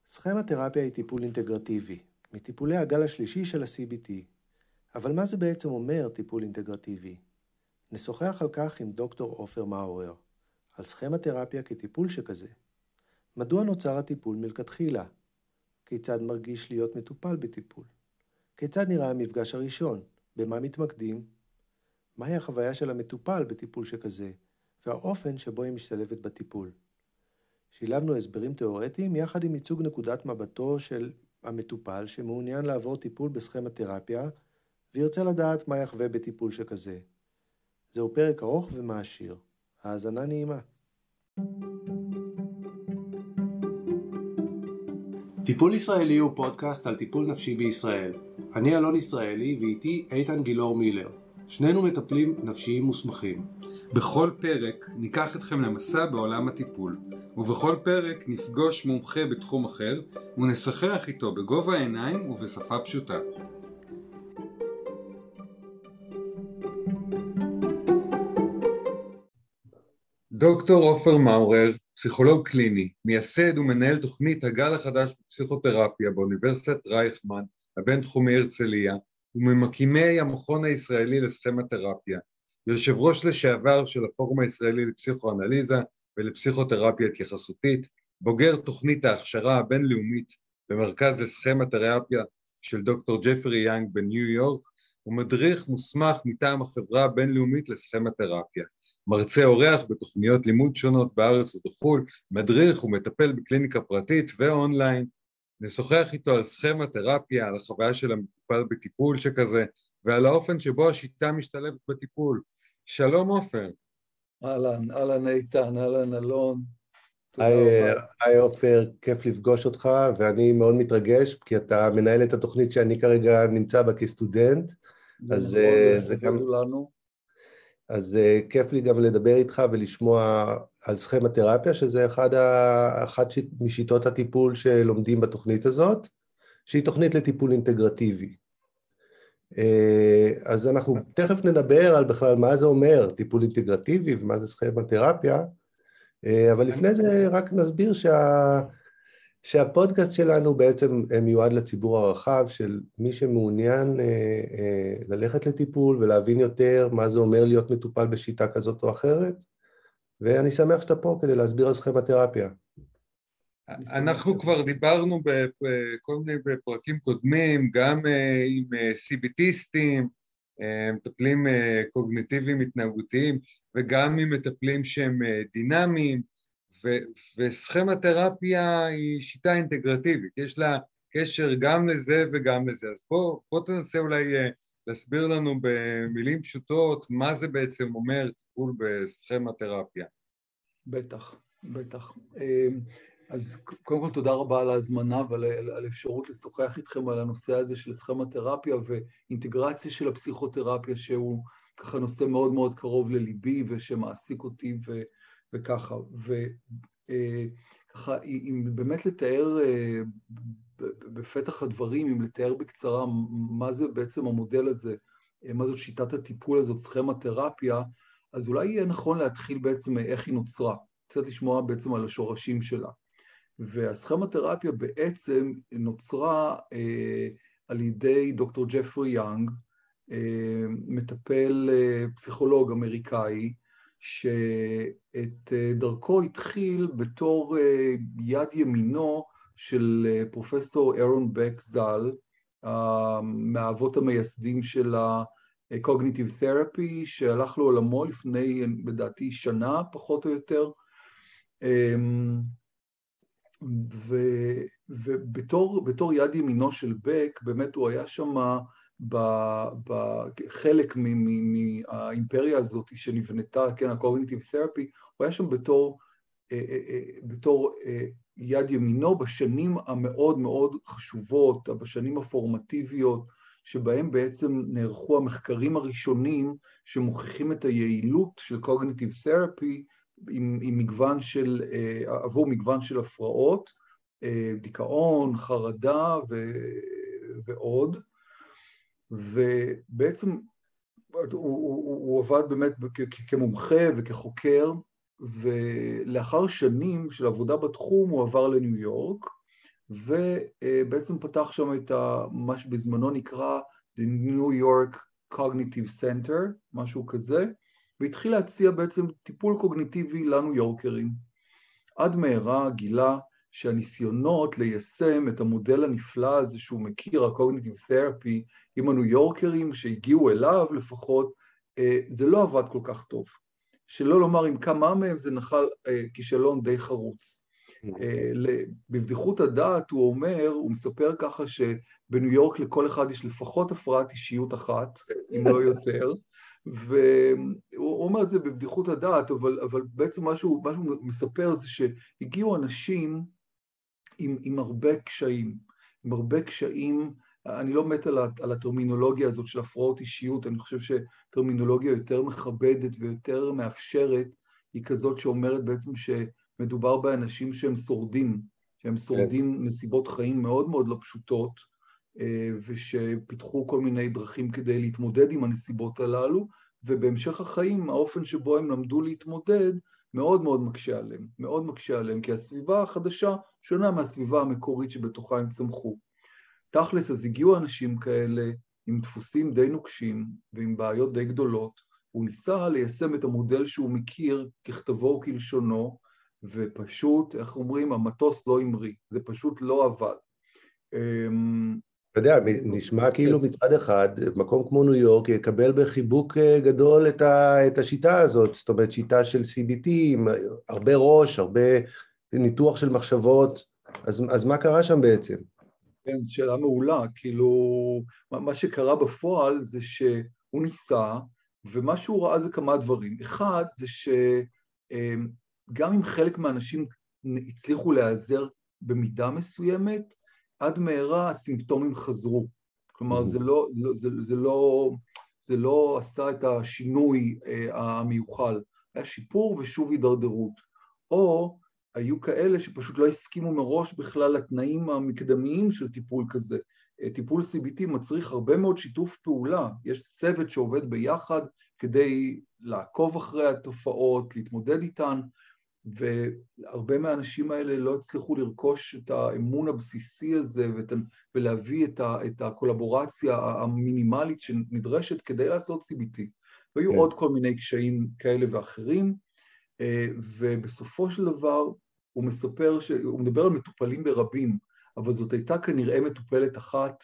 סכמתרפיה היא טיפול אינטגרטיבי, מטיפולי הגל השלישי של ה-CBT. אבל מה זה בעצם אומר טיפול אינטגרטיבי? נשוחח על כך עם דוקטור עופר מאורר, על סכמתרפיה כטיפול שכזה. מדוע נוצר הטיפול מלכתחילה? כיצד מרגיש להיות מטופל בטיפול? כיצד נראה המפגש הראשון? במה מתמקדים? מהי החוויה של המטופל בטיפול שכזה, והאופן שבו היא משתלבת בטיפול? שילבנו הסברים תיאורטיים יחד עם ייצוג נקודת מבטו של המטופל שמעוניין לעבור טיפול בסכמתרפיה וירצה לדעת מה יחווה בטיפול שכזה. זהו פרק ארוך ומעשיר. האזנה נעימה. טיפול ישראלי הוא פודקאסט על טיפול נפשי בישראל. אני אלון ישראלי ואיתי איתן גילאור מילר. שנינו מטפלים נפשיים מוסמכים. בכל פרק ניקח אתכם למסע בעולם הטיפול, ובכל פרק נפגוש מומחה בתחום אחר ונשוחח איתו בגובה העיניים ובשפה פשוטה. דוקטור עופר מאורר, פסיכולוג קליני, מייסד ומנהל תוכנית הגל החדש בפסיכותרפיה באוניברסיטת רייכמן, הבינתחומי הרצליה, וממקימי המכון הישראלי לסכמתרפיה, יושב ראש לשעבר של הפורום הישראלי לפסיכואנליזה ולפסיכותרפיה התייחסותית, בוגר תוכנית ההכשרה הבינלאומית במרכז לסכמתרפיה של דוקטור ג'פרי יאנג בניו יורק, ומדריך מוסמך מטעם החברה הבינלאומית לסכמתרפיה, מרצה אורח בתוכניות לימוד שונות בארץ ובחו"ל, מדריך ומטפל בקליניקה פרטית ואונליין. נשוחח איתו על סכמתרפיה, על החוויה של המטופל בטיפול שכזה, ועל האופן שבו השיטה משתלבת בטיפול. שלום עופר. אהלן איתן, אהלן אלון. היי עופר, כיף לפגוש אותך, ואני מאוד מתרגש, כי אתה מנהל את התוכנית שאני כרגע נמצא בה כסטודנט. אז זה גם לנו. אז כיף לי גם לדבר איתך ולשמוע על סכמתרפיה, שזה אחת משיטות הטיפול שלומדים בתוכנית הזאת, שהיא תוכנית לטיפול אינטגרטיבי. אז אנחנו תכף נדבר על בכלל מה זה אומר טיפול אינטגרטיבי ומה זה סכמתרפיה, אבל לפני זה רק נסביר שהפודקאסט שלנו בעצם מיועד לציבור הרחב של מי שמעוניין ללכת לטיפול ולהבין יותר מה זה אומר להיות מטופל בשיטה כזאת או אחרת, ואני שמח שאתה פה כדי להסביר על סכמתרפיה. אנחנו כבר דיברנו בכל מיני פרקים קודמים, גם עם CBTיסטים, מטפלים קוגניטיביים התנהגותיים, וגם עם מטפלים שהם דינמיים, וסכמתרפיה היא שיטה אינטגרטיבית, יש לה קשר גם לזה וגם לזה. אז בוא תנסה אולי להסביר לנו במילים פשוטות מה זה בעצם אומר טיפול בסכמתרפיה. בטח. אז קודם כל תודה רבה על ההזמנה ועל האפשרות לשוחח איתכם על הנושא הזה של סכמתרפיה ואינטגרציה של הפסיכותרפיה, שהוא ככה נושא מאוד מאוד קרוב לליבי ושמעסיק אותי וככה. וככה, אם באמת לתאר בפתח הדברים, אם לתאר בקצרה מה זה בעצם המודל הזה, מה זאת שיטת הטיפול הזאת, סכמתרפיה, אז אולי יהיה נכון להתחיל בעצם איך היא נוצרה, קצת לשמוע בעצם על השורשים שלה. והסכמתרפיה בעצם נוצרה על ידי דוקטור ג'פרי יאנג, מטפל פסיכולוג אמריקאי, שאת דרכו התחיל בתור יד ימינו של פרופסור אירון בק ז"ל, מהאבות המייסדים של ה-Cognitive Therapy, שהלך לעולמו לפני, בדעתי, שנה, פחות או יותר, ובתור יד ימינו של בק, באמת הוא היה שם בחלק מהאימפריה הזאת שנבנתה, כן, ה-Cognitive Therapy, הוא היה שם בתור יד ימינו בשנים המאוד מאוד חשובות, בשנים הפורמטיביות, שבהם בעצם נערכו המחקרים הראשונים שמוכיחים את היעילות של Cognitive Therapy עם מגוון של, עבור מגוון של הפרעות, דיכאון, חרדה ועוד. ובעצם הוא עבד באמת כמומחה וכחוקר, ולאחר שנים של עבודה בתחום הוא עבר לניו יורק, ובעצם פתח שם את מה שבזמנו נקרא The New York Cognitive Center, משהו כזה, והתחיל להציע בעצם טיפול קוגניטיבי לניו יורקרים. עד מהרה גילה שהניסיונות ליישם את המודל הנפלא הזה שהוא מכיר, ה-Cognitive Therapy, עם הניו יורקרים שהגיעו אליו לפחות, זה לא עבד כל כך טוב. שלא לומר עם כמה מהם זה נחל כישלון די חרוץ. בבדיחות הדעת הוא אומר, הוא מספר ככה שבניו יורק לכל אחד יש לפחות הפרעת אישיות אחת, אם לא יותר, והוא אומר את זה בבדיחות הדעת, אבל בעצם משהו מספר זה שהגיעו אנשים עם הרבה קשיים, עם הרבה קשיים, אני לא מת על הטרמינולוגיה הזאת של הפרעות אישיות, אני חושב שטרמינולוגיה יותר מכבדת ויותר מאפשרת, היא כזאת שאומרת בעצם שמדובר באנשים שהם שורדים נסיבות חיים מאוד מאוד לא פשוטות, ושפיתחו כל מיני דרכים כדי להתמודד עם הנסיבות הללו, ובהמשך החיים האופן שבו הם למדו להתמודד מאוד מאוד מקשה עליהם, כי הסביבה החדשה שונה מהסביבה המקורית שבתוכה הם צמחו. תכלס, אז הגיעו אנשים כאלה עם דפוסים די נוקשים ועם בעיות די גדולות, הוא ניסה ליישם את המודל שהוא מכיר ככתבו וכלשונו, ופשוט, איך אומרים, המטוס לא המריא, זה פשוט לא עבד. אתה יודע, נשמע כאילו מצד אחד, מקום כמו ניו יורק יקבל בחיבוק גדול את השיטה הזאת, זאת אומרת שיטה של CBT, עם הרבה ראש, הרבה ניתוח של מחשבות, אז מה קרה שם בעצם? כן, שאלה מעולה, כאילו, מה שקרה בפועל זה שהוא ניסה, ומה שהוא ראה זה כמה דברים. אחד זה שגם אם חלק מהאנשים הצליחו להיעזר במידה מסוימת, עד מהרה הסימפטומים חזרו. כלומר, זה לא עשה את השינוי המיוחל. היה שיפור ושוב הידרדרות. או היו כאלה שפשוט לא הסכימו מראש בכלל לתנאים המקדמיים של טיפול כזה. טיפול CBT מצריך הרבה מאוד שיתוף פעולה. יש צוות שעובד ביחד כדי לעקוב אחרי התופעות, להתמודד איתן, והרבה מהאנשים האלה לא הצליחו לרכוש את האמון הבסיסי הזה ולהביא את הקולבורציה המינימלית שנדרשת כדי לעשות CBT. והיו עוד כל מיני קשיים כאלה ואחרים, ובסופו של דבר הוא הוא מדבר על מטופלים ברבים, אבל זאת הייתה כנראה מטופלת אחת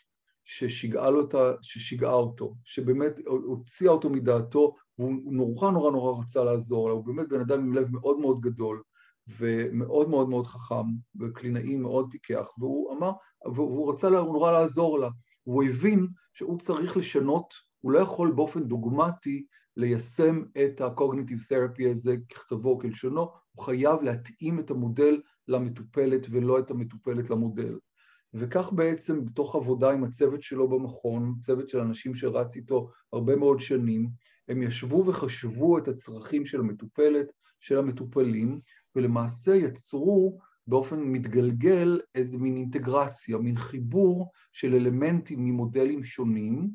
ששיגעה אותו, שבאמת הוציאה אותו מדעתו, והוא נורא רצה לעזור לה, הוא באמת בן אדם עם לב מאוד מאוד גדול, ומאוד מאוד מאוד חכם, וקלינאי מאוד פיקח, והוא רצה נורא לעזור לה, והוא הבין שהוא צריך לשנות, הוא לא יכול באופן דוגמטי ליישם את ה-Cognitive Therapy הזה ככתבו וכלשונו, הוא חייב להתאים את המודל למטופלת ולא את המטופלת למודל. וכך בעצם בתוך עבודה עם הצוות שלו במכון, צוות של אנשים שרץ איתו הרבה מאוד שנים, הם ישבו וחשבו את הצרכים של המטופלת, של המטופלים, ולמעשה יצרו באופן מתגלגל איזה מין אינטגרציה, מין חיבור של אלמנטים ממודלים שונים,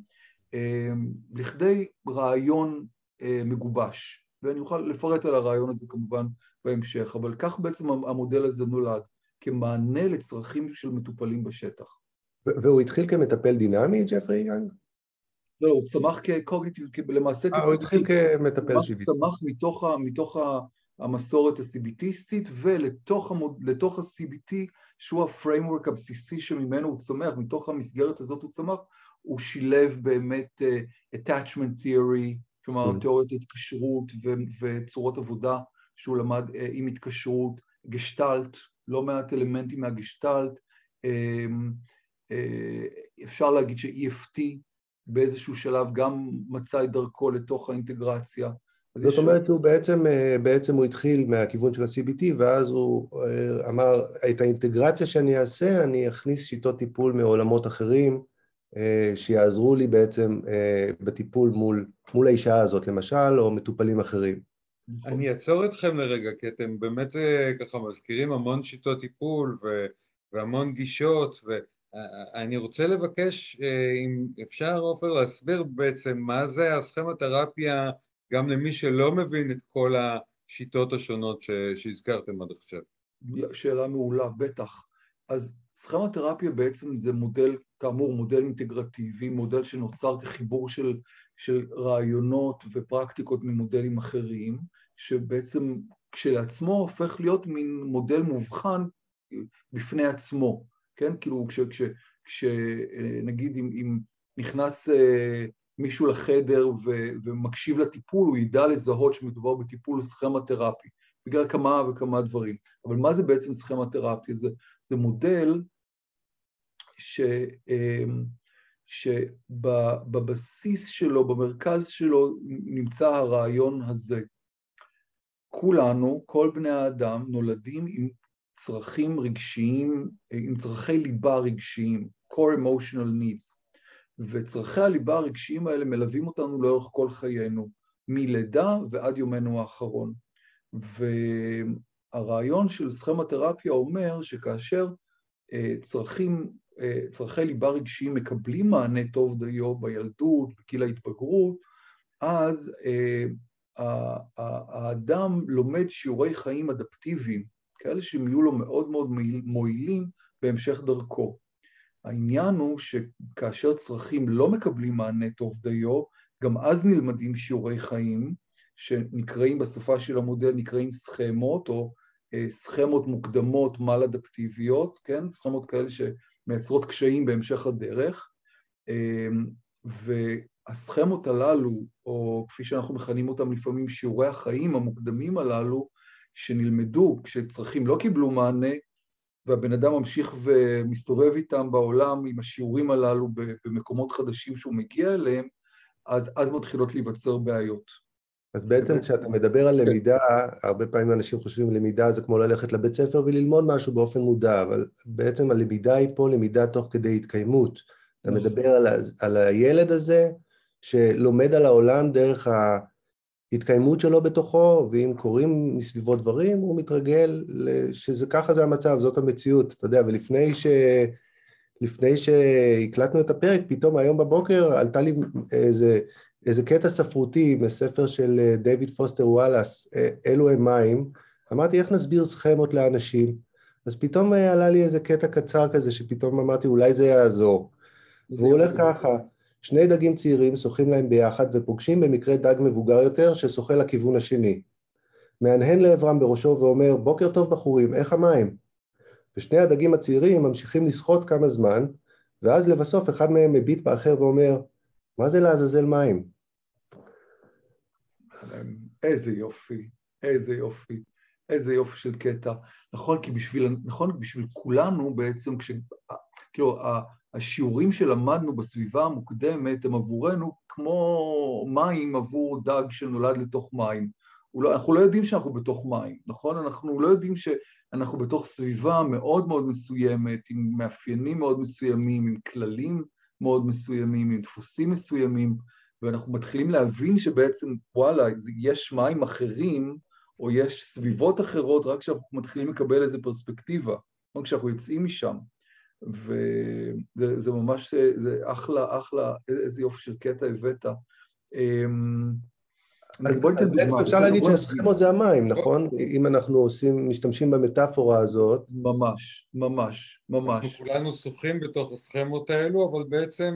לכדי רעיון מגובש. ואני אוכל לפרט על הרעיון הזה כמובן בהמשך, אבל כך בעצם המודל הזה נולד, כמענה לצרכים של מטופלים בשטח. והוא התחיל כמטפל דינמי, ג'פרי יאנג? לא, הוא צמח כקוגניטיב, למעשה הוא התחיל כמטפל CBT. צמח מתוך המסורת הסיביטיסטית, ולתוך ה-CBT, שהוא הפריימוורק הבסיסי שממנו הוא צמח, מתוך המסגרת הזאת הוא צמח, הוא שילב באמת attachment theory, כלומר תיאוריות התקשרות וצורות עבודה שהוא למד עם התקשרות, גשטלט, לא מעט אלמנטים מהגשטלט, אפשר להגיד ש-EFT באיזשהו שלב גם מצא את דרכו לתוך האינטגרציה. זאת אומרת, הוא בעצם הוא התחיל מהכיוון של ה-CBT, ואז הוא אמר, את האינטגרציה שאני אעשה, אני אכניס שיטות טיפול מעולמות אחרים, שיעזרו לי בעצם בטיפול מול האישה הזאת, למשל, או מטופלים אחרים. אני אעצור אתכם לרגע, כי אתם באמת ככה מזכירים המון שיטות טיפול והמון גישות, ואני רוצה לבקש, אם אפשר, עופר, להסביר בעצם מה זה הסכמתרפיה, גם למי שלא מבין את כל השיטות השונות שהזכרתם עד עכשיו. שאלה מעולה, בטח. אז סכמותרפיה בעצם זה מודל, כאמור, מודל אינטגרטיבי, מודל שנוצר כחיבור של רעיונות ופרקטיקות ממודלים אחרים, שבעצם כשלעצמו הופך להיות מין מודל מובחן בפני עצמו, כן? כאילו כשנגיד אם נכנס מישהו לחדר ומקשיב לטיפול, הוא ידע לזהות שמדובר בטיפול סכמותרפי, בגלל כמה וכמה דברים. אבל מה זה בעצם סכמותרפיה? זה מודל שבבסיס שלו, במרכז שלו, נמצא הרעיון הזה. כולנו, כל בני האדם, נולדים עם צרכים רגשיים, עם צרכי ליבה רגשיים, core emotional needs. וצרכי הליבה הרגשיים האלה מלווים אותנו לאורך כל חיינו, מלידה ועד יומנו האחרון. והרעיון של סכמותרפיה אומר שכאשר צרכי ליבה רגשיים מקבלים מענה טוב דיו בילדות, בגיל ההתבגרות, אז האדם לומד שיעורי חיים אדפטיביים, כאלה שהם יהיו לו מאוד מאוד מועילים בהמשך דרכו. העניין הוא שכאשר צרכים לא מקבלים מענה טוב דיו, גם אז נלמדים שיעורי חיים, שנקראים בשפה של המודל, נקראים סכמות, או סכמות מוקדמות מל-אדפטיביות, כן? סכמות כאלה שמייצרות קשיים בהמשך הדרך, והסכמות הללו, או כפי שאנחנו מכנים אותם לפעמים, שיעורי החיים המוקדמים הללו, שנלמדו כשצרכים לא קיבלו מענה, והבן אדם ממשיך ומסתובב איתם בעולם עם השיעורים הללו במקומות חדשים שהוא מגיע אליהם, אז מתחילות להיווצר בעיות. אז בעצם כשאתה מדבר על למידה, הרבה פעמים אנשים חושבים למידה זה כמו ללכת לבית ספר וללמוד משהו באופן מודע, אבל בעצם הלמידה היא פה למידה תוך כדי התקיימות. אתה מדבר על הילד הזה שלומד על העולם דרך ההתקיימות שלו בתוכו, ואם קוראים מסביבו דברים, הוא מתרגל שזה ככה זה המצב, זאת המציאות, אתה יודע, ולפני שהקלטנו את הפרק, פתאום היום בבוקר עלתה לי איזה קטע ספרותי מספר של דיוויד פוסטר וואלאס, אלו הם מים, אמרתי איך נסביר סכמות לאנשים, אז פתאום עלה לי איזה קטע קצר כזה, שפתאום אמרתי אולי זה יעזור, והוא הולך ככה, שני דגים צעירים שוחים להם ביחד ופוגשים במקרה דג מבוגר יותר ששוחה לכיוון השני. מהנהן לעברם בראשו ואומר, בוקר טוב בחורים, איך המים? ושני הדגים הצעירים ממשיכים לשחות כמה זמן, ואז לבסוף אחד מהם מביט באחר ואומר, מה זה לעזאזל מים? איזה יופי, איזה יופי, איזה יופי של קטע. נכון, כי בשביל כולנו בעצם, כאילו, השיעורים שלמדנו בסביבה המוקדמת הם עבורנו כמו מים עבור דג שנולד לתוך מים. אנחנו לא יודעים שאנחנו בתוך מים, נכון? אנחנו לא יודעים שאנחנו בתוך סביבה מאוד מאוד מסוימת, עם מאפיינים מאוד מסוימים, עם כללים מאוד מסוימים, עם דפוסים מסוימים, ואנחנו מתחילים להבין שבעצם, וואלה, יש מים אחרים, או יש סביבות אחרות, רק כשאנחנו מתחילים לקבל איזו פרספקטיבה, או כשאנחנו יוצאים משם. וזה ממש, זה אחלה, איזה יופי של קטע הבאת. אז בעצם אפשר להגיד שהסכמות זה המים, נכון? אם אנחנו משתמשים במטאפורה הזאת. ממש, ממש, ממש. אנחנו כולנו שוחים בתוך הסכמות האלו, אבל בעצם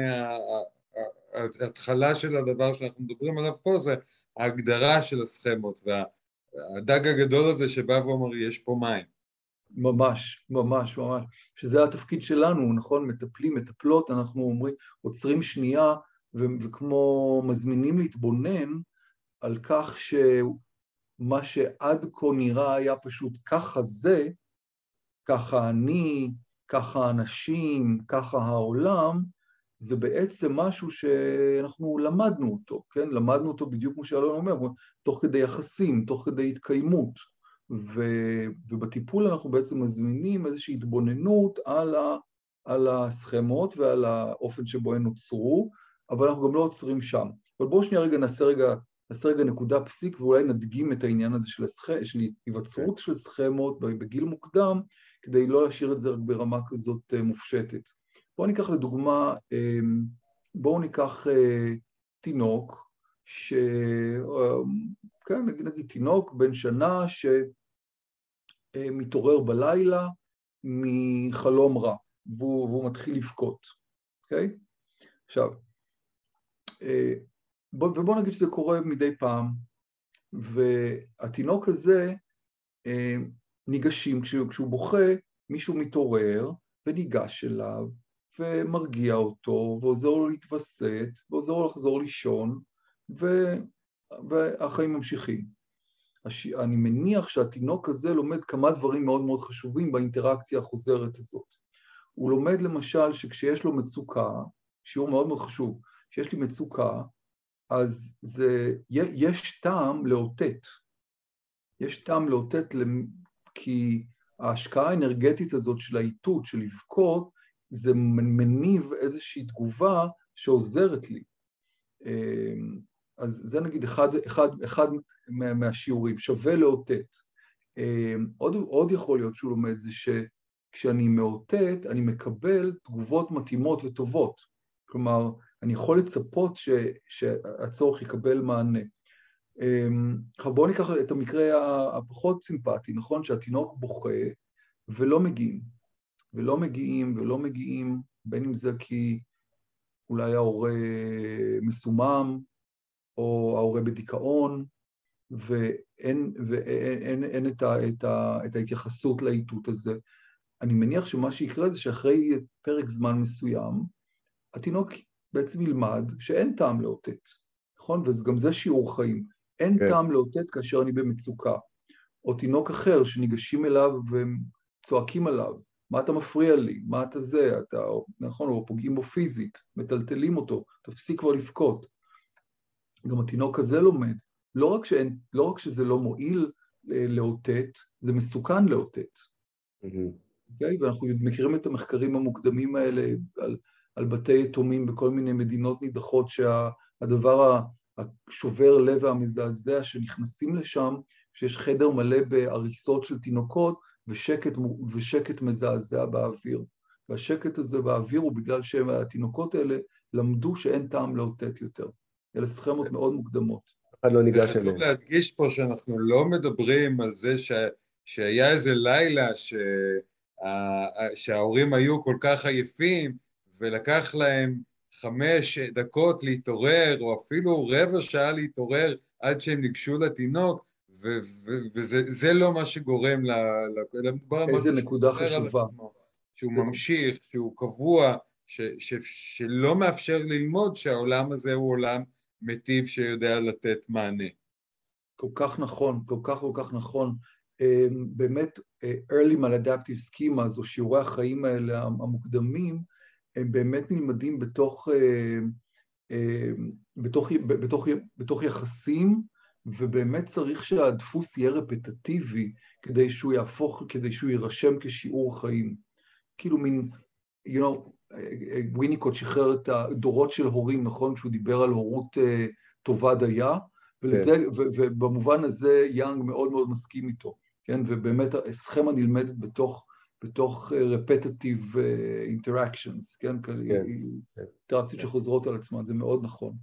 ההתחלה של הדבר שאנחנו מדברים עליו פה זה ההגדרה של הסכמות, והדג הגדול הזה שבא ואומר יש פה מים. ממש, ממש, ממש. שזה התפקיד שלנו, נכון? מטפלים, מטפלות, אנחנו אומרים, עוצרים שנייה, וכמו מזמינים להתבונן על כך שמה שעד כה נראה היה פשוט ככה זה, ככה אני, ככה אנשים, ככה העולם, זה בעצם משהו שאנחנו למדנו אותו, כן? למדנו אותו בדיוק כמו שאלון אומר, תוך כדי יחסים, תוך כדי התקיימות. ובטיפול אנחנו בעצם מזמינים איזושהי התבוננות על הסכמות ועל האופן שבו הן נוצרו, אבל אנחנו גם לא עוצרים שם. אבל בואו שנייה רגע נעשה רגע נקודה פסיק, ואולי נדגים את העניין הזה של היווצרות של סכמות בגיל מוקדם, כדי לא להשאיר את זה רק ברמה כזאת מופשטת. בואו ניקח לדוגמה, בואו ניקח תינוק, כן, נגיד תינוק בן שנה שמתעורר בלילה, מחלום רע, והוא מתחיל לבכות, אוקיי? עכשיו, ובוא נגיד שזה קורה מדי פעם, והתינוק הזה ניגשים, כשהוא בוכה, מישהו מתעורר וניגש אליו, ומרגיע אותו, ועוזר לו להתווסת, ועוזר לו לחזור לישון, והחיים ממשיכים. אני מניח שהתינוק הזה לומד כמה דברים מאוד מאוד חשובים באינטראקציה החוזרת הזאת. הוא לומד למשל שכשיש לו מצוקה, שיעור מאוד מאוד חשוב, כשיש לי מצוקה, אז יש טעם לאותת. יש טעם לאותת כי ההשקעה האנרגטית הזאת של האיתות, של לבכות, זה מניב איזושהי תגובה שעוזרת לי. אז זה נגיד אחד מהשיעורים, שווה לאותת. עוד יכול להיות שהוא לומד זה שכשאני מאותת, אני מקבל תגובות מתאימות וטובות. כלומר, אני יכול לצפות שהצורך יקבל מענה. בואו ניקח את המקרה הפחות סימפטי, נכון? שהתינוק בוכה ולא מגיעים, בין אם זה כי אולי ההורה מסומם, או ההורה בדיכאון, ואין את ההתייחסות לאיתות הזה. אני מניח שמה שיקרה זה שאחרי פרק זמן מסוים, התינוק בעצם ילמד שאין טעם לאותת, נכון? וגם זה שיעור חיים. אין טעם לאותת כאשר אני במצוקה. או תינוק אחר שניגשים אליו וצועקים עליו, מה אתה מפריע לי? מה אתה זה? נכון, או פוגעים בו פיזית, מטלטלים אותו, תפסיק כבר לבכות. גם התינוק הזה לומד. לא רק שזה לא מועיל לאותת, זה מסוכן לאותת. אוקיי? ואנחנו מכירים את המחקרים המוקדמים האלה על בתי יתומים בכל מיני מדינות נידחות, שהדבר השובר לב והמזעזע שנכנסים לשם, שיש חדר מלא בהריסות של תינוקות, ושקט מזעזע באוויר. והשקט הזה באוויר הוא בגלל שהתינוקות האלה למדו שאין טעם לאותת יותר. אלה סכמות מאוד מוקדמות. לא ניגש אליהם. וחשוב להדגיש פה שאנחנו לא מדברים על זה שהיה איזה לילה שההורים היו כל כך עייפים, ולקח להם 5 דקות להתעורר, או אפילו רבע שעה להתעורר עד שהם ניגשו לתינוק, וזה לא מה שגורם איזה נקודה חשובה. שהוא ממשיך, שהוא קבוע, שלא מאפשר ללמוד שהעולם הזה הוא עולם מטיב שיודע לתת מענה. כל כך נכון, כל כך נכון. באמת, early maladaptive schemas, או שיעורי החיים האלה המוקדמים, הם באמת נלמדים בתוך יחסים, ובאמת צריך שהדפוס יהיה רפטטיבי, כדי שהוא יירשם כשיעור חיים. כאילו מין, וויניקוט שחרר את הדורות של הורים, נכון? כשהוא דיבר על הורות טובה דייה, ובמובן הזה יאנג מאוד מאוד מסכים איתו, כן? ובאמת הסכמה נלמדת בתוך repetitive interactions, כן? אינטראקציות שחוזרות על עצמן, זה מאוד נכון.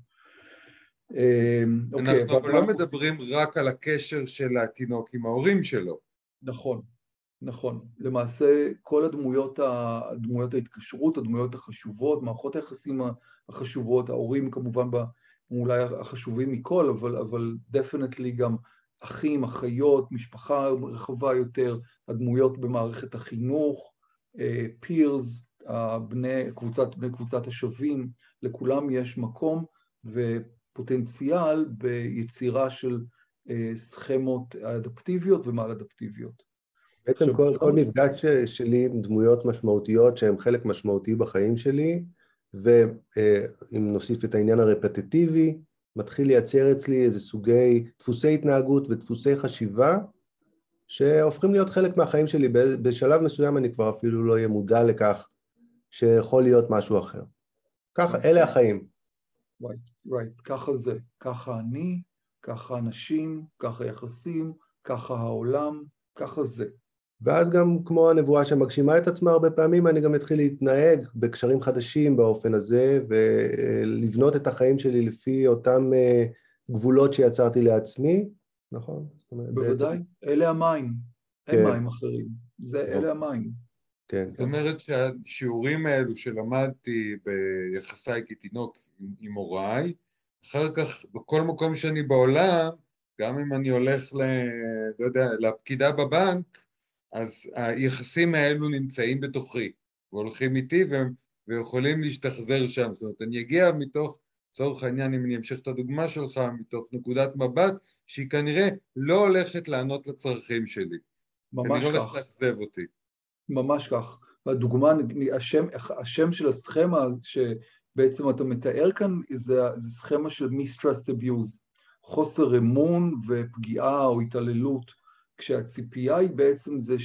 אנחנו לא מדברים רק על הקשר של התינוק עם ההורים שלו. נכון. למעשה, כל הדמויות ההתקשרות, הדמויות החשובות, מערכות היחסים החשובות, ההורים כמובן אולי החשובים מכל, אבל definitely גם אחים, אחיות, משפחה רחבה יותר, הדמויות במערכת החינוך, peers, בני קבוצת השווים, לכולם יש מקום ופוטנציאל ביצירה של סכמות אדפטיביות ומעל אדפטיביות. בעצם כל מפגש שלי עם דמויות משמעותיות שהן חלק משמעותי בחיים שלי, ואם נוסיף את העניין הרפטטיבי, מתחיל לייצר אצלי איזה סוגי דפוסי התנהגות ודפוסי חשיבה, שהופכים להיות חלק מהחיים שלי. בשלב מסוים אני כבר אפילו לא אהיה מודע לכך שיכול להיות משהו אחר. ככה, אלה החיים. Right, ככה זה. ככה אני, ככה אנשים, ככה יחסים, ככה העולם, ככה זה. ואז גם כמו הנבואה שמגשימה את עצמה הרבה פעמים, אני גם אתחיל להתנהג בקשרים חדשים באופן הזה, ולבנות את החיים שלי לפי אותם גבולות שיצרתי לעצמי, נכון? בוודאי, אלה המים, אין מים אחרים, אלה המים. כן. זאת אומרת שהשיעורים האלו שלמדתי ביחסיי כתינוק עם הוריי, אחר כך בכל מקום שאני בעולם, גם אם אני הולך לא יודע, לפקידה בבנק, אז היחסים האלו נמצאים בתוכי, והולכים איתי ויכולים להשתחזר שם. זאת אומרת, אני אגיע מתוך, צורך העניין, אם אני אמשיך את הדוגמה שלך, מתוך נקודת מבט, שהיא כנראה לא הולכת לענות לצרכים שלי. ממש כנראה כך. הולכת לאכזב אותי. ממש כך. והדוגמה, השם של הסכמה שבעצם אתה מתאר כאן, זה סכמה של mistrust abuse, חוסר אמון ופגיעה או התעללות, כשהציפייה היא בעצם זה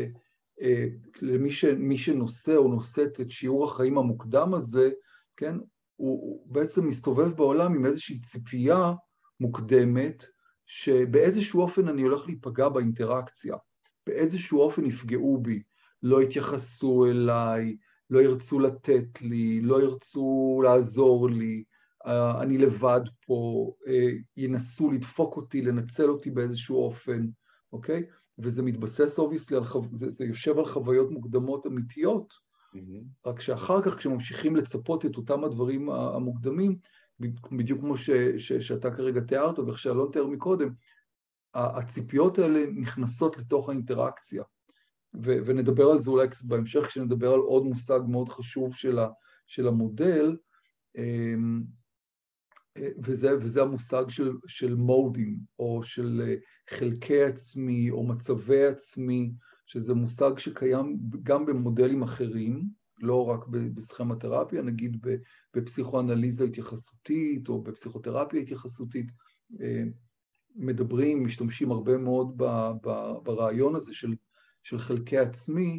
מי שנושא או נושאת את שיעור החיים המוקדם הזה, כן, הוא בעצם מסתובב בעולם עם איזושהי ציפייה מוקדמת, שבאיזשהו אופן אני הולך להיפגע באינטראקציה, באיזשהו אופן יפגעו בי, לא יתייחסו אליי, לא ירצו לתת לי, לא ירצו לעזור לי, אני לבד פה, ינסו לדפוק אותי, לנצל אותי באיזשהו אופן, אוקיי? וזה מתבסס אובייסלי, זה יושב על חוויות מוקדמות אמיתיות, רק שאחר כך כשממשיכים לצפות את אותם הדברים המוקדמים, בדיוק כמו שאתה כרגע תיארת, ואיך שאלון תיאר מקודם, הציפיות האלה נכנסות לתוך האינטראקציה. ונדבר על זה אולי קצת בהמשך, כשנדבר על עוד מושג מאוד חשוב של המודל, וזה המושג של מודים, או של חלקי עצמי, או מצבי עצמי, שזה מושג שקיים גם במודלים אחרים, לא רק בסכמתרפיה, נגיד בפסיכואנליזה התייחסותית, או בפסיכותרפיה התייחסותית, מדברים, משתמשים הרבה מאוד ברעיון הזה של חלקי עצמי,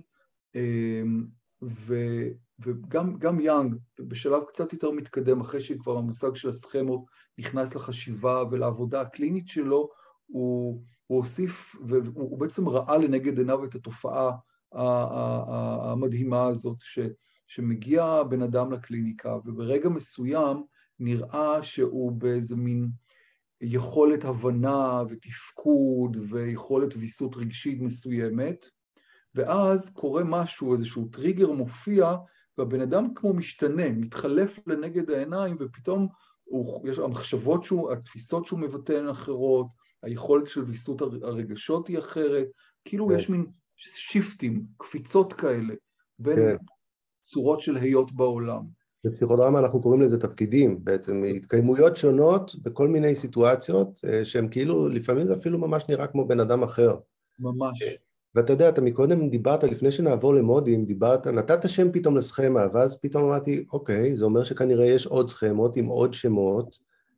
וגם יאנג, בשלב קצת יותר מתקדם, אחרי שכבר המושג של הסכמות נכנס לחשיבה ולעבודה הקלינית שלו, הוא הוסיף, והוא בעצם ראה לנגד עיניו את התופעה המדהימה הזאת, שמגיע בן אדם לקליניקה, וברגע מסוים נראה שהוא באיזה מין יכולת הבנה ותפקוד ויכולת ויסות רגשית מסוימת, ואז קורה משהו, איזשהו טריגר מופיע, והבן אדם כמו משתנה, מתחלף לנגד העיניים, ופתאום יש המחשבות התפיסות שהוא מבטא הן אחרות, היכולת של ויסות הרגשות היא אחרת, כאילו יש מין שיפטים, קפיצות כאלה, בין צורות של היות בעולם. בפסיכודרמה אנחנו קוראים לזה תפקידים, בעצם התקיימויות שונות בכל מיני סיטואציות, שהן כאילו, לפעמים זה אפילו ממש נראה כמו בן אדם אחר. ממש. ואתה יודע, אתה מקודם דיברת, לפני שנעבור למודים, נתת שם פתאום לסכמה, ואז פתאום אמרתי, אוקיי, זה אומר שכנראה יש עוד סכמות עם עוד שמות,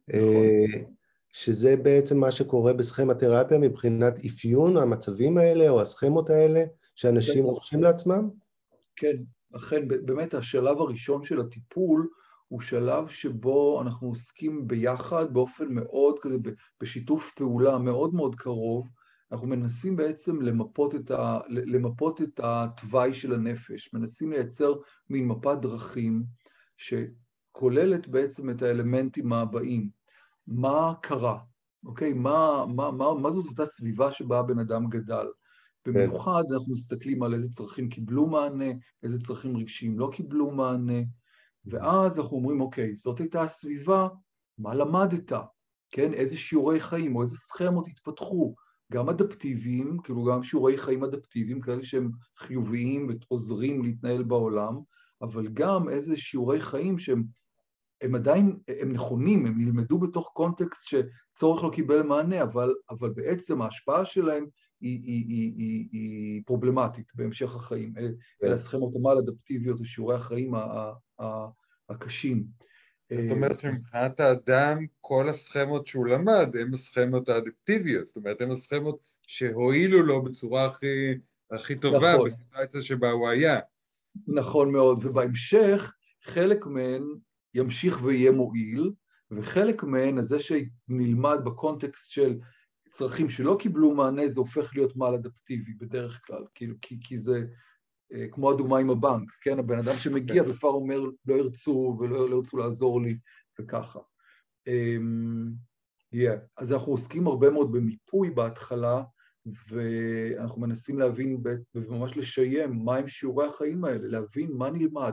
שזה בעצם מה שקורה בסכמתרפיה מבחינת אפיון המצבים האלה, או הסכמות האלה, שאנשים רוכשים לעצמם? כן, אכן, באמת השלב הראשון של הטיפול, הוא שלב שבו אנחנו עוסקים ביחד, באופן מאוד כזה, בשיתוף פעולה מאוד מאוד קרוב, אנחנו מנסים בעצם למפות את התוואי של הנפש, מנסים לייצר מין מפת דרכים שכוללת בעצם את האלמנטים הבאים. מה קרה? אוקיי? מה זאת אותה סביבה שבה הבן אדם גדל? במיוחד אנחנו מסתכלים על איזה צרכים קיבלו מענה, איזה צרכים רגשיים לא קיבלו מענה, ואז אנחנו אומרים, אוקיי, זאת הייתה הסביבה, מה למדת? כן? איזה שיעורי חיים או איזה סכמות התפתחו? גם אדפטיביים, כאילו גם שיעורי חיים אדפטיביים, כאלה שהם חיוביים ועוזרים להתנהל בעולם, אבל גם איזה שיעורי חיים שהם עדיין, הם נכונים, הם נלמדו בתוך קונטקסט שצורך לא קיבל מענה, אבל בעצם ההשפעה שלהם היא פרובלמטית בהמשך החיים. אלה הסכמות המעל אדפטיביות ושיעורי החיים הקשים. זאת אומרת שמבחינת האדם, כל הסכמות שהוא למד, הן הסכמות האדפטיביות, זאת אומרת, הן הסכמות שהועילו לו בצורה הכי טובה בסיטואציה שבה הוא היה. נכון מאוד, ובהמשך חלק מהן ימשיך ויהיה מועיל, וחלק מהן, זה שנלמד בקונטקסט של צרכים שלא קיבלו מענה, זה הופך להיות מעל אדפטיבי בדרך כלל, כי זה כמו הדוגמה עם הבנק, כן? הבן אדם שמגיע וכבר אומר, לא ירצו ולא ירצו לעזור לי, וככה. אז אנחנו עוסקים הרבה מאוד במיפוי בהתחלה, ואנחנו מנסים להבין וממש לשיים מהם שיעורי החיים האלה, להבין מה נלמד.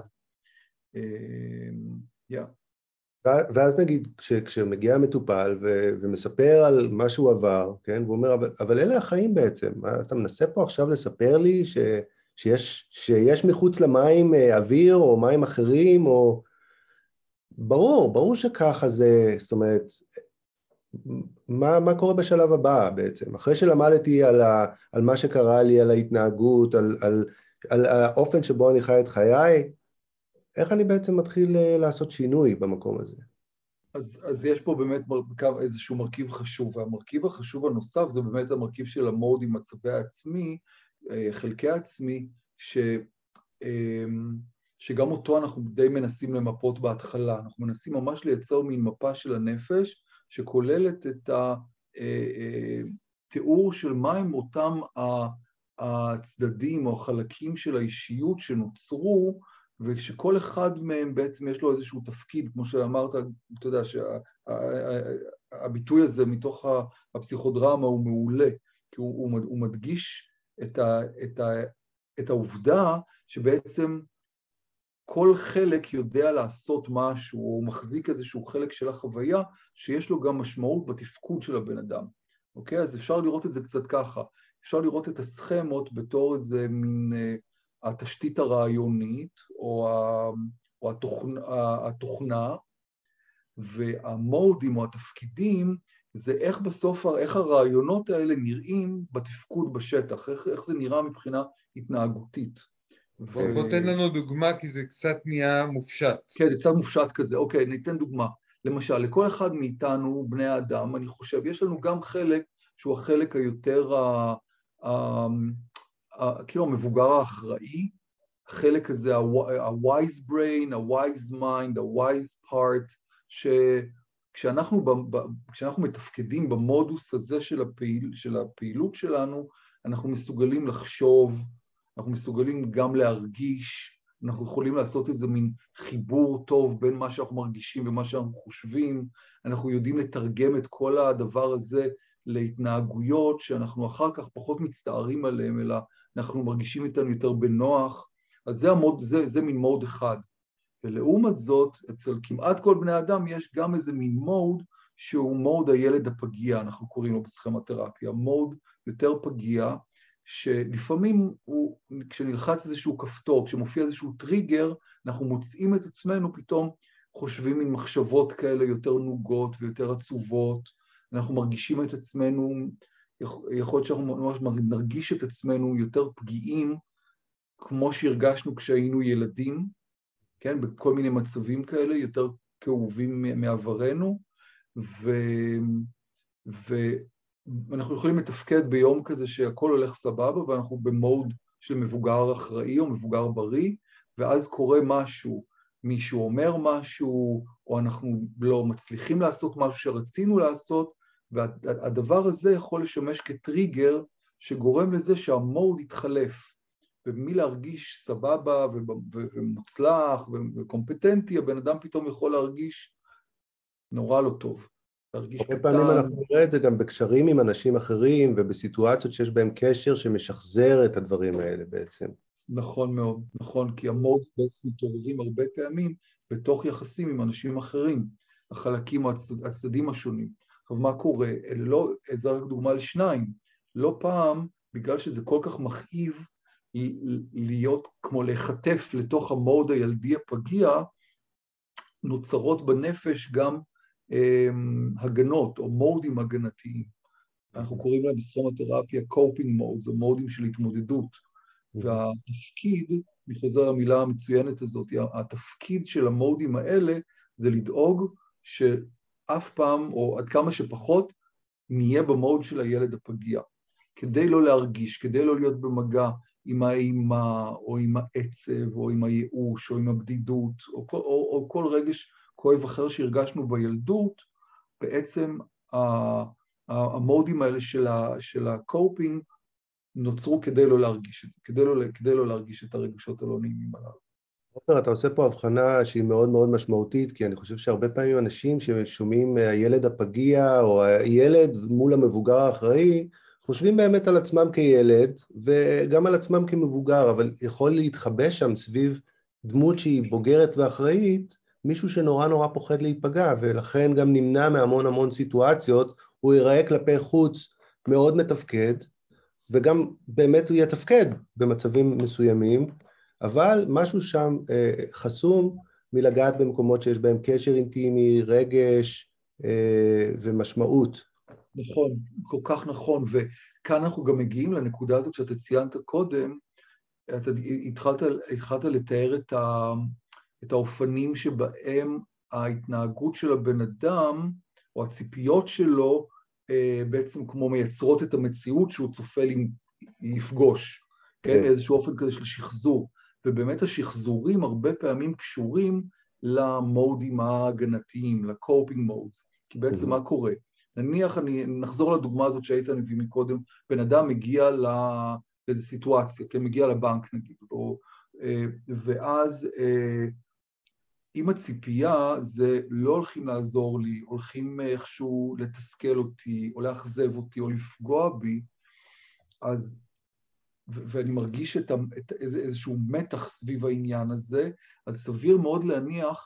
ואז נגיד, כשמגיע המטופל ומספר על מה שהוא עבר, כן, והוא אומר, אבל אלה החיים בעצם, אתה מנסה פה עכשיו לספר לי שיש מחוץ למים אוויר או מים אחרים, או... ברור שככה זה, זאת אומרת, מה קורה בשלב הבא בעצם? אחרי שלמדתי על מה שקרה לי, על ההתנהגות, על האופן שבו אני חי את חיי, איך אני בעצם מתחיל לעשות שינוי במקום הזה? אז יש פה באמת איזשהו מרכיב חשוב, והמרכיב החשוב הנוסף זה באמת המרכיב של המוד עם מצבי העצמי, חלקי העצמי, שגם אותו אנחנו די מנסים למפות בהתחלה. אנחנו מנסים ממש לייצר מין מפה של הנפש, שכוללת את התיאור של מהם אותם הצדדים או החלקים של האישיות שנוצרו, ושכל אחד מהם בעצם יש לו איזשהו תפקיד, כמו שאמרת, אתה יודע שהביטוי הזה מתוך הפסיכודרמה הוא מעולה, כי הוא מדגיש את העובדה שבעצם כל חלק יודע לעשות משהו, או מחזיק איזשהו חלק של החוויה, שיש לו גם משמעות בתפקוד של הבן אדם. אוקיי? אז אפשר לראות את זה קצת ככה. אפשר לראות את הסכמות בתור איזה מין התשתית הרעיונית, או התוכנה, והמודים או התפקידים, זה איך בסוף, איך הרעיונות האלה נראים בתפקוד בשטח, איך זה נראה מבחינה התנהגותית. בוא תן לנו דוגמה, כי זה קצת נהיה מופשט. כן, זה קצת מופשט כזה. אוקיי, ניתן דוגמה. למשל, לכל אחד מאיתנו, בני האדם, אני חושב, יש לנו גם חלק שהוא החלק היותר, כאילו המבוגר האחראי, החלק הזה, ה-wise brain, ה-wise mind, ה-wise part, כשאנחנו מתפקדים במודוס הזה של הפעילות שלנו, אנחנו מסוגלים לחשוב, אנחנו מסוגלים גם להרגיש, אנחנו יכולים לעשות איזה מין חיבור טוב בין מה שאנחנו מרגישים ומה שאנחנו חושבים, אנחנו יודעים לתרגם את כל הדבר הזה להתנהגויות שאנחנו אחר כך פחות מצטערים עליהם, אלא אנחנו מרגישים איתנו יותר בנוח, אז זה מין מוד אחד. ולעומת זאת, אצל כמעט כל בני אדם יש גם איזה מין מוד שהוא מוד הילד הפגיע, אנחנו קוראים לו בסכמתרפיה, מוד יותר פגיע, שלפעמים כשנלחץ איזשהו כפתור, כשמופיע איזשהו טריגר, אנחנו מוצאים את עצמנו פתאום חושבים עם מחשבות כאלה יותר נוגות ויותר עצובות, אנחנו מרגישים את עצמנו, יכול להיות שאנחנו ממש נרגיש את עצמנו יותר פגיעים, כמו שהרגשנו כשהיינו ילדים, כן, בכל מיני מצבים כאלה, יותר כאובים מעברנו, ואנחנו יכולים לתפקד ביום כזה שהכל הולך סבבה, ואנחנו במוד של מבוגר אחראי או מבוגר בריא, ואז קורה משהו, מישהו אומר משהו, או אנחנו לא מצליחים לעשות משהו שרצינו לעשות, והדבר הזה יכול לשמש כטריגר שגורם לזה שהמוד יתחלף, ומי להרגיש סבבה ומוצלח וקומפטנטי, הבן אדם פתאום יכול להרגיש נורא לא טוב. הרבה פעמים אנחנו נראה את זה גם בקשרים עם אנשים אחרים, ובסיטואציות שיש בהם קשר שמשחזר את הדברים האלה בעצם. נכון מאוד, נכון, כי המוד בעצם מתעוררים הרבה פעמים בתוך יחסים עם אנשים אחרים, החלקים או הצדדים השונים. אבל מה קורה? זה רק דוגמה לשניים. לא פעם, בגלל שזה כל כך מכאיב, להיות כמו להיחטף לתוך המוד הילדי הפגיע, נוצרות בנפש גם הגנות או מודים הגנתיים. אנחנו קוראים להם בסכמתרפיה coping modes, או מודים של התמודדות. והתפקיד, אני חוזר למילה המצוינת הזאת, התפקיד של המודים האלה זה לדאוג שאף פעם, או עד כמה שפחות, נהיה במוד של הילד הפגיע. כדי לא להרגיש, כדי לא להיות במגע עם האימה, או עם העצב, או עם הייאוש, או עם הבדידות, או כל רגש כואב אחר שהרגשנו בילדות, בעצם המודים האלה של הקופינג נוצרו כדי לא להרגיש את זה, כדי לא להרגיש את הרגשות הלא נעימים הללו. עופר, אתה עושה פה הבחנה שהיא מאוד מאוד משמעותית, כי אני חושב שהרבה פעמים אנשים ששומעים הילד הפגיע, או הילד מול המבוגר האחראי, חושבים באמת על עצמם כילד, וגם על עצמם כמבוגר, אבל יכול להתחבא שם סביב דמות שהיא בוגרת ואחראית, מישהו שנורא נורא פוחד להיפגע, ולכן גם נמנע מהמון המון סיטואציות, הוא ייראה כלפי חוץ מאוד מתפקד, וגם באמת הוא יתפקד במצבים מסוימים, אבל משהו שם חסום מלגעת במקומות שיש בהם קשר אינטימי, רגש ומשמעות. נכון, כל כך נכון, וכאן אנחנו גם מגיעים לנקודה הזאת שאתה ציינת קודם, אתה התחלת לתאר את האופנים שבהם ההתנהגות של הבן אדם, או הציפיות שלו, בעצם כמו מייצרות את המציאות שהוא צופה לפגוש, כן? איזשהו אופן כזה של שחזור, ובאמת השחזורים הרבה פעמים קשורים למודים ההגנתיים, ל-coping modes, כי בעצם מה קורה? נניח, נחזור לדוגמה הזאת שהיית נביא מקודם, בן אדם מגיע לאיזו סיטואציה, כן? מגיע לבנק נגיד, ואז אם הציפייה זה לא הולכים לעזור לי, הולכים איכשהו לתסכל אותי, או לאכזב אותי, או לפגוע בי, אז, ואני מרגיש איזשהו מתח סביב העניין הזה, אז סביר מאוד להניח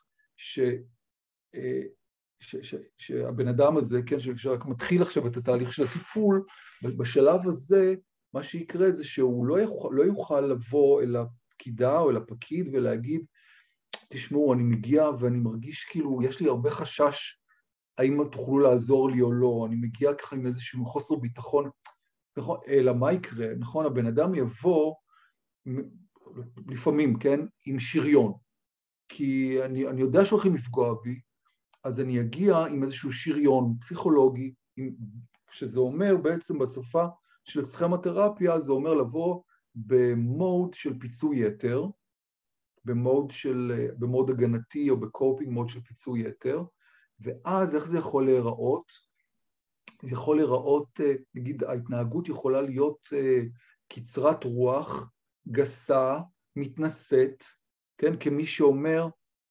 שהבן אדם הזה, כן, שרק מתחיל עכשיו את התהליך של הטיפול, בשלב הזה, מה שיקרה זה שהוא לא יוכל לבוא אל הפקידה או אל הפקיד ולהגיד, תשמעו, אני מגיע ואני מרגיש כאילו, יש לי הרבה חשש, האם תוכלו לעזור לי או לא, אני מגיע ככה עם איזשהו חוסר ביטחון, נכון, אלא מה יקרה, נכון, הבן אדם יבוא, לפעמים, כן, עם שריון, כי אני יודע שהולכים לפגוע בי, אז אני אגיע עם איזשהו שריון פסיכולוגי, שזה אומר בעצם בשפה של סכמתרפיה, זה אומר לבוא במוד של פיצוי יתר, במוד הגנתי או בקופינג מוד של פיצוי יתר, ואז איך זה יכול להיראות? זה יכול להיראות, נגיד, ההתנהגות יכולה להיות קצרת רוח, גסה, מתנשאת, כן, כמי שאומר,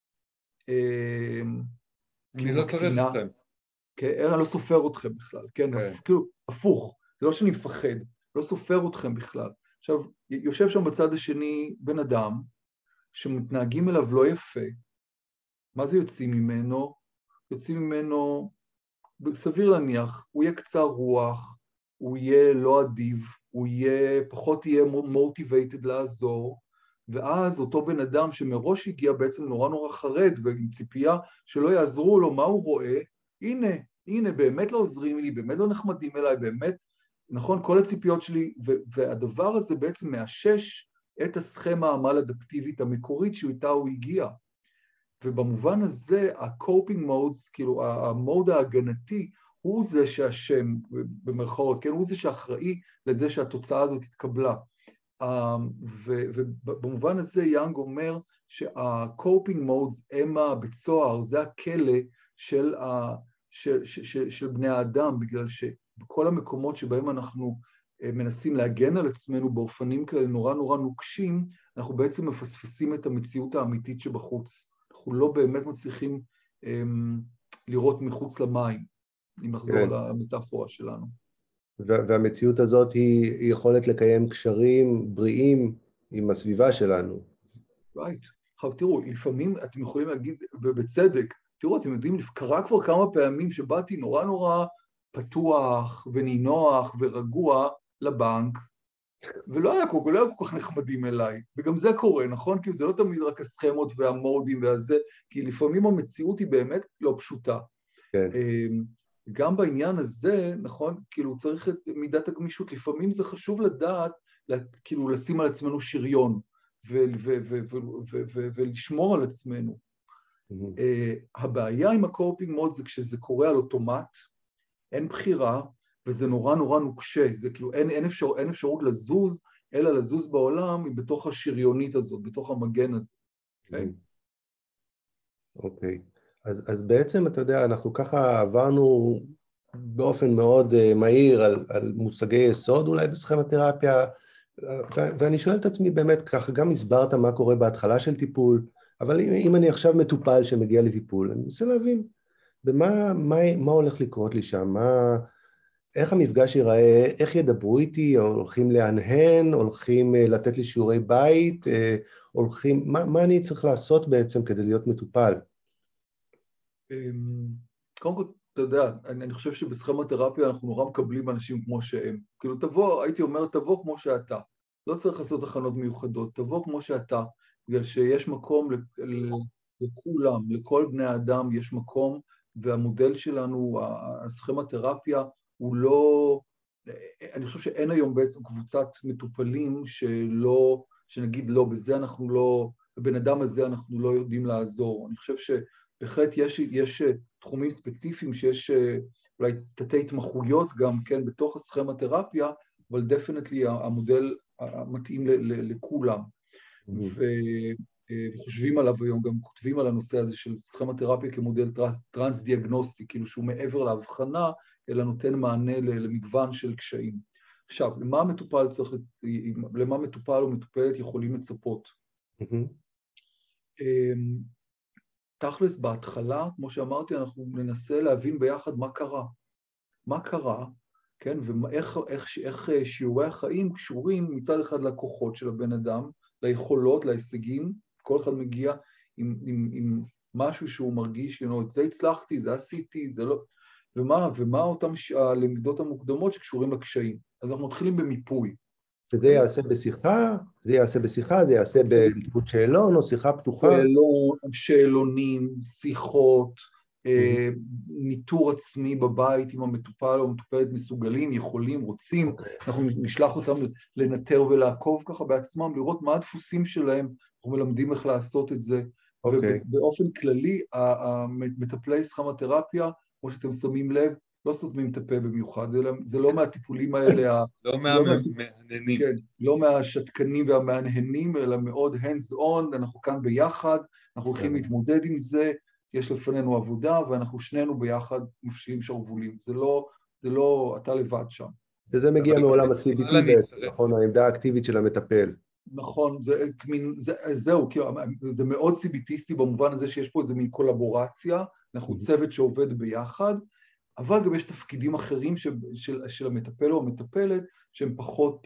אני לא צריך אתכם. כן, אני לא סופר אתכם בכלל, כן, כאילו, הפוך, זה לא שאני מפחד, לא סופר אתכם בכלל. עכשיו, יושב שם בצד השני בן אדם, שמתנהגים אליו לא יפה, מה זה יוצאים ממנו? יוצאים ממנו, סביר להניח, הוא יהיה קצר רוח, הוא יהיה לא אדיב, הוא פחות יהיה motivated לעזור, ואז אותו בן אדם שמראש הגיע בעצם נורא נורא חרד, ועם ציפייה שלא יעזרו לו, מה הוא רואה? הנה, באמת לא עוזרים לי, באמת לא נחמדים אליי, באמת, נכון, כל הציפיות שלי, והדבר הזה בעצם מאשש את הסכמה המל-אדפטיבית המקורית שאיתה הוא הגיע. ובמובן הזה, ה-coping modes, כאילו המוד ההגנתי, הוא זה שהשם, במרכאות, כן, הוא זה שאחראי לזה שהתוצאה הזאת התקבלה. ובמובן הזה יאנג אומר שה-coping modes הם הבית סוהר, זה הכלא של בני האדם, בגלל שבכל המקומות שבהם אנחנו מנסים להגן על עצמנו באופנים כאלה נורא נורא נוקשים, אנחנו בעצם מפספסים את המציאות האמיתית שבחוץ. אנחנו לא באמת מצליחים לראות מחוץ למים, אם נחזור למטאפורה שלנו. והמציאות הזאת היא יכולת לקיים קשרים בריאים עם הסביבה שלנו. Right. עכשיו תראו, לפעמים אתם יכולים להגיד בצדק, תראו, אתם יודעים, קרה כבר כמה פעמים שבאתי נורא נורא פתוח ונינוח ורגוע לבנק, ולא היה כל כך נחמדים אליי, וגם זה קורה, נכון? כי זה לא תמיד רק הסכמות והמודים והזה, כי לפעמים המציאות היא באמת לא פשוטה. כן. גם בעניין הזה, נכון, כאילו צריך את מידת הגמישות, לפעמים זה חשוב לדעת, כאילו לשים על עצמנו שריון, ולשמור על עצמנו. הבעיה עם הקופינג מוד זה כשזה קורה על אוטומט, אין בחירה, וזה נורא נורא נוקשה, זה כאילו אין אפשרות לזוז, אלא לזוז בעולם בתוך השריונית הזאת, בתוך המגן הזה. אוקיי. אז בעצם, אתה יודע, אנחנו ככה עברנו באופן מאוד מהיר על מושגי יסוד אולי בסכמתרפיה, ואני שואל את עצמי באמת ככה, גם הסברת מה קורה בהתחלה של טיפול, אבל אם אני עכשיו מטופל שמגיע לטיפול, אני מנסה להבין מה הולך לקרות לי שם, איך המפגש ייראה, איך ידברו איתי, הולכים להנהן, הולכים לתת לי שיעורי בית, מה אני צריך לעשות בעצם כדי להיות מטופל? קודם כל, אתה יודע, אני חושב שבסכמותרפיה אנחנו נורא מקבלים אנשים כמו שהם. כאילו, תבוא, הייתי אומר, תבוא כמו שאתה. לא צריך לעשות הכנות מיוחדות, תבוא כמו שאתה, בגלל שיש מקום לכולם, לכל בני האדם יש מקום, והמודל שלנו, הסכמותרפיה, הוא לא... אני חושב שאין היום בעצם קבוצת מטופלים שנגיד לא, בזה אנחנו לא, בבן אדם הזה אנחנו לא יודעים לעזור. אני חושב שבהחלט יש תחומים ספציפיים שיש אולי תתי התמחויות גם, כן, בתוך הסכמותרפיה, אבל דפנטלי המודל מתאים לכולם. וחושבים עליו היום, גם כותבים על הנושא הזה של סכמותרפיה כמודל טרנס-דיאגנוסטי, כאילו שהוא מעבר להבחנה, אלא נותן מענה למגוון של קשיים. עכשיו, למה מטופל או מטופלת יכולים לצפות? תכלס, בהתחלה, כמו שאמרתי, אנחנו ננסה להבין ביחד מה קרה. מה קרה, כן, ואיך שיעורי החיים קשורים מצד אחד לכוחות של הבן אדם, ליכולות, להישגים, כל אחד מגיע עם משהו שהוא מרגיש, את זה הצלחתי, זה עשיתי, זה לא... ומה אותם הלמידות המוקדמות שקשורים לקשיים. אז אנחנו מתחילים במיפוי. שזה יעשה בשיחה, זה יעשה בעקבות שאלון או שיחה פתוחה? שאלונים, שיחות, ניטור עצמי בבית עם המטופל או המטופלת מסוגלים, יכולים, רוצים, אנחנו נשלח אותם לנטר ולעקוב ככה בעצמם, לראות מה הדפוסים שלהם, אנחנו מלמדים איך לעשות את זה, ובאופן כללי, המטפלי סכמותרפיה, כמו שאתם שמים לב, לא סותמים את הפה במיוחד, זה לא מהטיפולים האלה, לא מהמהנהנים. כן, לא מהשתקנים והמהנהנים, אלא מאוד hands on, אנחנו כאן ביחד, אנחנו הולכים להתמודד עם זה, יש לפנינו עבודה, ואנחנו שנינו ביחד מפשילים שרוולים. זה לא, אתה לבד שם. וזה מגיע מעולם ה-CBT, נכון, העמדה האקטיבית של המטפל. נכון, זהו, זה מאוד CBTיסטי במובן הזה שיש פה איזה מין קולבורציה, אנחנו צוות שעובד ביחד, אבל גם יש תפקידים אחרים של המטפל או המטפלת, שהם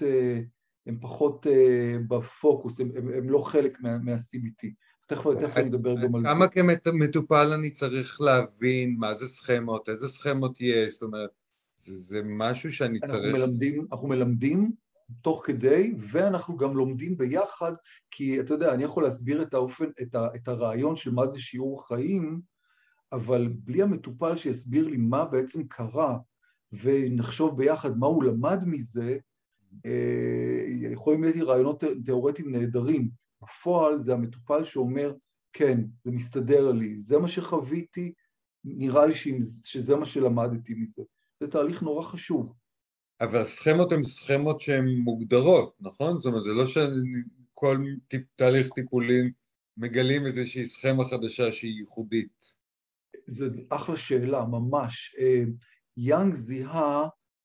פחות בפוקוס, הם לא חלק מה-CBT. תכף אני אדבר גם על זה. כמה כמטופל אני צריך להבין מה זה סכמות, איזה סכמות יש, זאת אומרת, זה משהו שאני צריך... אנחנו מלמדים תוך כדי, ואנחנו גם לומדים ביחד, כי אתה יודע, אני יכול להסביר את הרעיון של מה זה שיעור חיים, אבל בלי המטופל שיסביר לי מה בעצם קרה, ונחשוב ביחד מה הוא למד מזה, יכולים להיות לי רעיונות תיאורטיים נהדרים. בפועל זה המטופל שאומר, כן, זה מסתדר לי, זה מה שחוויתי, נראה לי שזה מה שלמדתי מזה. זה תהליך נורא חשוב. אבל הסכמות הן סכמות שהן מוגדרות, נכון? זאת אומרת, זה לא שכל תהליך טיפולי מגלים איזושהי סכמה חדשה שהיא ייחודית. זה אחלה שאלה, ממש. יאנג זיהה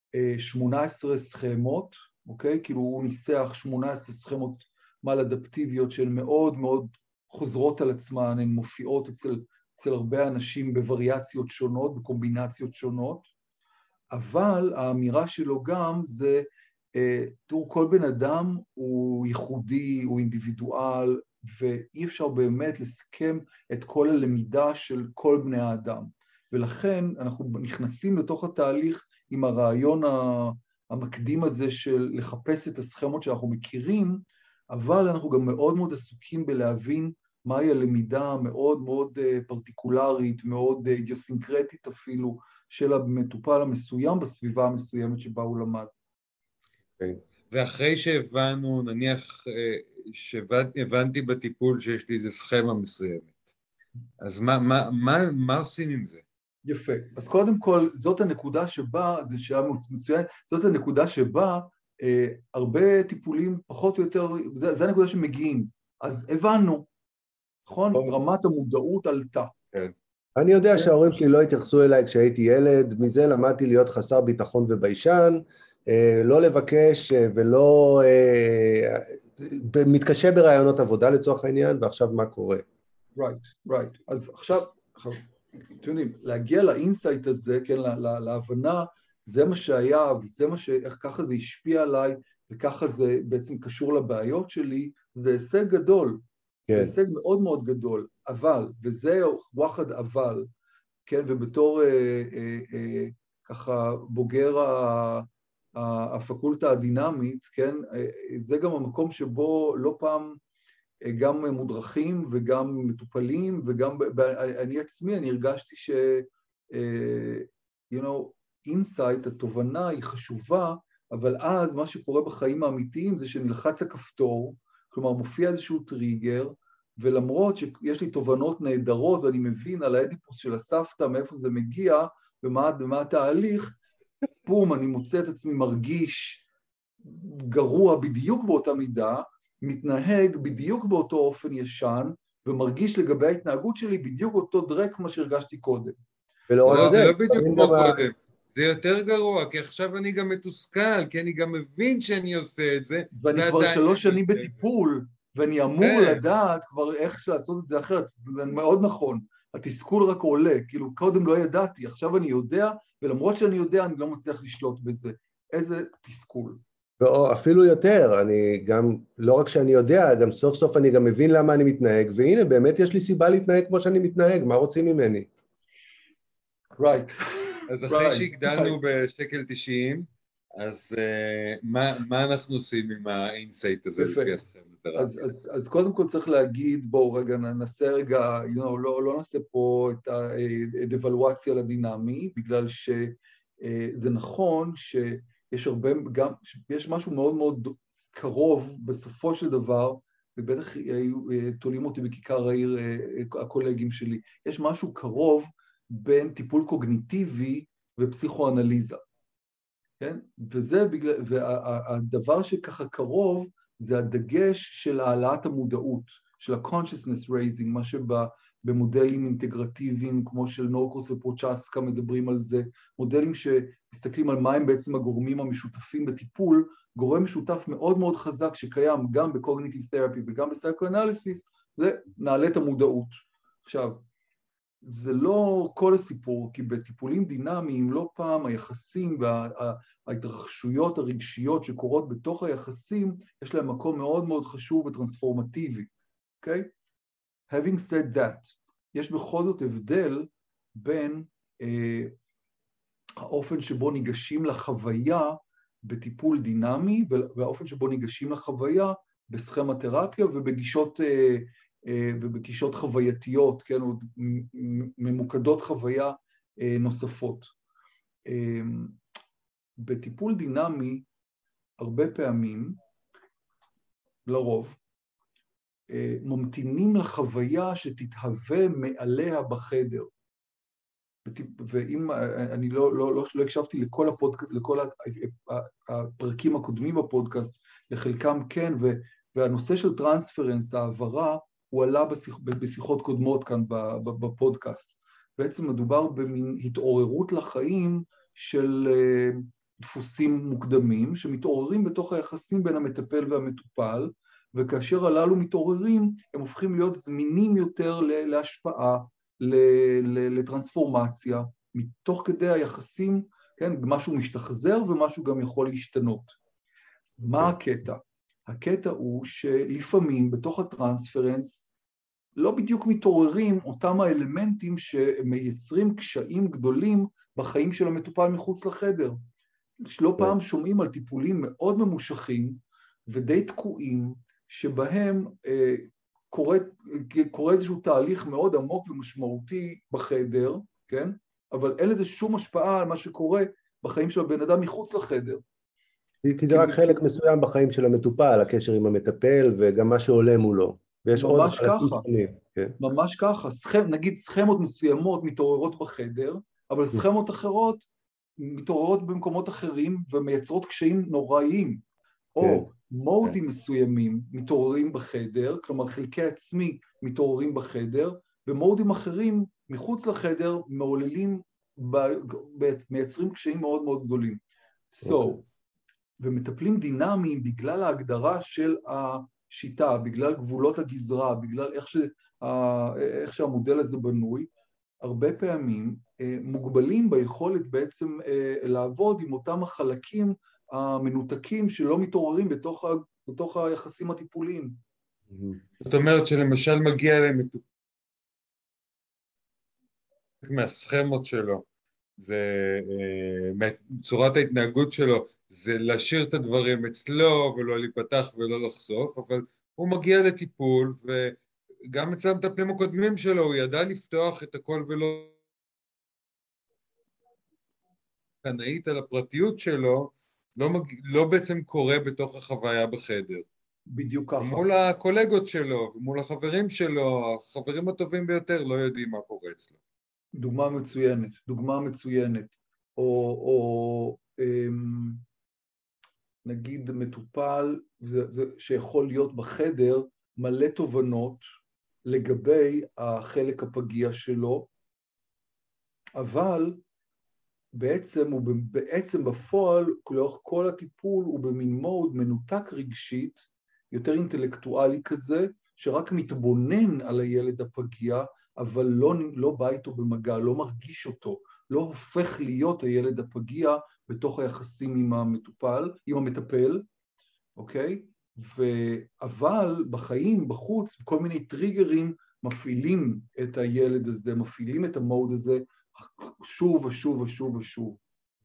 18 סכמות, אוקיי? כאילו הוא ניסח 18 סכמות מל-אדפטיביות שהן מאוד מאוד חוזרות על עצמן, הן מופיעות אצל הרבה אנשים בווריאציות שונות, בקומבינציות שונות, אבל האמירה שלו גם זה, תראו, כל בן אדם הוא ייחודי, הוא אינדיבידואל, ואי אפשר באמת לסכם את כל הלמידה של כל בני האדם. ולכן אנחנו נכנסים לתוך התהליך עם הרעיון המקדים הזה של לחפש את הסכמות שאנחנו מכירים, אבל אנחנו גם מאוד מאוד עסוקים בלהבין מהי הלמידה המאוד מאוד פרטיקולרית, מאוד אידיוסינקרטית אפילו, של המטופל המסוים בסביבה המסוימת שבה הוא למד. ואחרי שהבנו, נניח שהבנתי בטיפול שיש לי איזה סכמה מסוימת, אז מה עושים עם זה? יפה. אז קודם כל, זאת הנקודה שבה, זה שהיה מצוין, זאת הנקודה שבה הרבה טיפולים פחות או יותר, זה הנקודה שמגיעים. אז הבנו, נכון? רמת המודעות עלתה. כן. אני יודע שההורים שלי לא התייחסו אליי כשהייתי ילד, מזה למדתי להיות חסר ביטחון וביישן, לא לבקש ולא מתקשה ברעיונות עבודה לצורך העניין, ועכשיו מה קורה? Right. אז עכשיו, אתם יודעים, להגיע לאינסייט הזה, כן, להבנה, זה מה שהיה, וזה איך ככה זה השפיע עליי, וככה זה בעצם קשור לבעיות שלי, זה הישג גדול, זה הישג מאוד מאוד גדול, אבל, וזה וואחד אבל, כן, ובתור ככה בוגר הפקולטה הדינמית, כן, זה גם המקום שבו לא פעם גם מודרכים וגם מטופלים, וגם אני עצמי, אני הרגשתי ש, insight, התובנה היא חשובה, אבל אז מה שקורה בחיים האמיתיים זה שנלחץ הכפתור, כלומר מופיע איזשהו טריגר, ולמרות שיש לי תובנות נהדרות, ואני מבין על האדיפוס של הסבתא, מאיפה זה מגיע, ומה התהליך, פום, אני מוצא את עצמי מרגיש גרוע בדיוק באותה מידה, מתנהג בדיוק באותו אופן ישן, ומרגיש לגבי ההתנהגות שלי בדיוק אותו דרק כמו שהרגשתי קודם. ולא רק זה, זה לא בדיוק כמו קודם. זה יותר גרוע, כי עכשיו אני גם מתוסכל, כי אני גם מבין שאני עושה את זה. ואני כבר 3 שנים בטיפול, ואני אמור לדעת כבר איך לעשות את זה אחרת. זה מאוד נכון. התסכול רק עולה, כאילו קודם לא ידעתי, עכשיו אני יודע, ולמרות שאני יודע, אני לא מצליח לשלוט בזה. איזה תסכול. אפילו יותר, אני גם, לא רק שאני יודע, גם סוף סוף אני גם מבין למה אני מתנהג, והנה באמת יש לי סיבה להתנהג כמו שאני מתנהג, מה רוצים ממני? Right. אז אחרי שהגדלנו בשקל 90, אז מה אנחנו עושים עם האינסייט הזה לפי הסכמתרפיה? אז קודם כל צריך להגיד, בואו רגע ננסה רגע, לא נעשה פה את הדבלואציה לדינמי, בגלל שזה נכון שיש הרבה, גם, יש משהו מאוד מאוד קרוב בסופו של דבר, ובטח תולים אותי בכיכר העיר הקולגים שלי, יש משהו קרוב בין טיפול קוגניטיבי ופסיכואנליזה, כן? והדבר שככה קרוב זה הדגש של העלאת המודעות, של ה-consciousness raising, מה שבמודלים אינטגרטיביים כמו של נורקוס ופרוצ'סקה מדברים על זה, מודלים שמסתכלים על מה הם בעצם הגורמים המשותפים בטיפול, גורם משותף מאוד מאוד חזק שקיים גם ב-cognitive therapy וגם ב-psychoanalysis, זה נעלה את המודעות. עכשיו, זה לא כל הסיפור, כי בטיפולים דינמיים לא פעם היחסים וההתרחשויות הרגשיות שקורות בתוך היחסים, יש להם מקום מאוד מאוד חשוב וטרנספורמטיבי, אוקיי? Having said that, יש בכל זאת הבדל בין האופן שבו ניגשים לחוויה בטיפול דינמי, והאופן שבו ניגשים לחוויה בסכמתרפיה ובגישות חווייתיות, כן, או ממוקדות חוויה נוספות. בטיפול דינמי, הרבה פעמים, לרוב, ממתינים לחוויה שתתהווה מעליה בחדר. ואם אני לא הקשבתי לכל הפודקאסט, לכל הפרקים הקודמים בפודקאסט, לחלקם כן, והנושא של טרנספרנס, העברה, הוא עלה בשיחות קודמות כאן בפודקאסט. בעצם מדובר במין התעוררות לחיים של דפוסים מוקדמים, שמתעוררים בתוך היחסים בין המטפל והמטופל, וכאשר הללו מתעוררים, הם הופכים להיות זמינים יותר להשפעה, לטרנספורמציה, מתוך כדי היחסים, כן, משהו משתחזר ומשהו גם יכול להשתנות. מה הקטע? הקטע הוא שלפעמים בתוך הטרנספרנס לא בדיוק מתעוררים אותם האלמנטים שמייצרים קשיים גדולים בחיים של המטופל מחוץ לחדר. לא פעם שומעים על טיפולים מאוד ממושכים ודי תקועים, שבהם קורה איזשהו תהליך מאוד עמוק ומשמעותי בחדר, כן? אבל אין לזה שום השפעה על מה שקורה בחיים של הבן אדם מחוץ לחדר. כי זה רק חלק מסוים בחיים של המטופל, הקשר עם המטפל וגם מה שעולה מולו. ויש עוד חלקים שונים. ממש ככה. נגיד סכמות מסוימות מתעוררות בחדר, אבל סכמות אחרות מתעוררות במקומות אחרים ומייצרות קשיים נוראיים. או מודים מסוימים מתעוררים בחדר, כלומר חלקי עצמי מתעוררים בחדר, ומודים אחרים מחוץ לחדר מעוללים, מייצרים קשיים מאוד מאוד גדולים. ומטפלים דינמיים בגלל ההגדרה של השיטה, בגלל גבולות הגזרה, בגלל איך שהמודל הזה בנוי, הרבה פעמים מוגבלים ביכולת בעצם לעבוד עם אותם החלקים המנותקים שלא מתעוררים בתוך היחסים הטיפוליים. זאת אומרת שלמשל מגיע אליהם מהסכמות שלו, זה צורת ההתנהגות שלו, זה להשאיר את הדברים אצלו ולא להיפתח ולא לחשוף, אבל הוא מגיע לטיפול וגם אצל המטפלים הקודמים שלו הוא ידע לפתוח את הכל ולא קנאית על הפרטיות שלו, לא בעצם קורה בתוך החוויה בחדר. בדיוק ככה. מול הקולגות שלו ומול החברים שלו, החברים הטובים ביותר לא יודעים מה קורה אצלו. דוגמה מצוינת. או נגיד מטופל שיכול להיות בחדר מלא תובנות לגבי החלק הפגיע שלו, אבל בעצם בפועל, לאורך כל הטיפול הוא במין מוד מנותק רגשית, יותר אינטלקטואלי כזה, שרק מתבונן על הילד הפגיע, אבל לא בא איתו במגע, לא מרגיש אותו, לא הופך להיות הילד הפגיע בתוך היחסים עם המטפל, אוקיי? אבל בחיים, בחוץ, כל מיני טריגרים מפעילים את הילד הזה, מפעילים את המוד הזה שוב ושוב ושוב ושוב.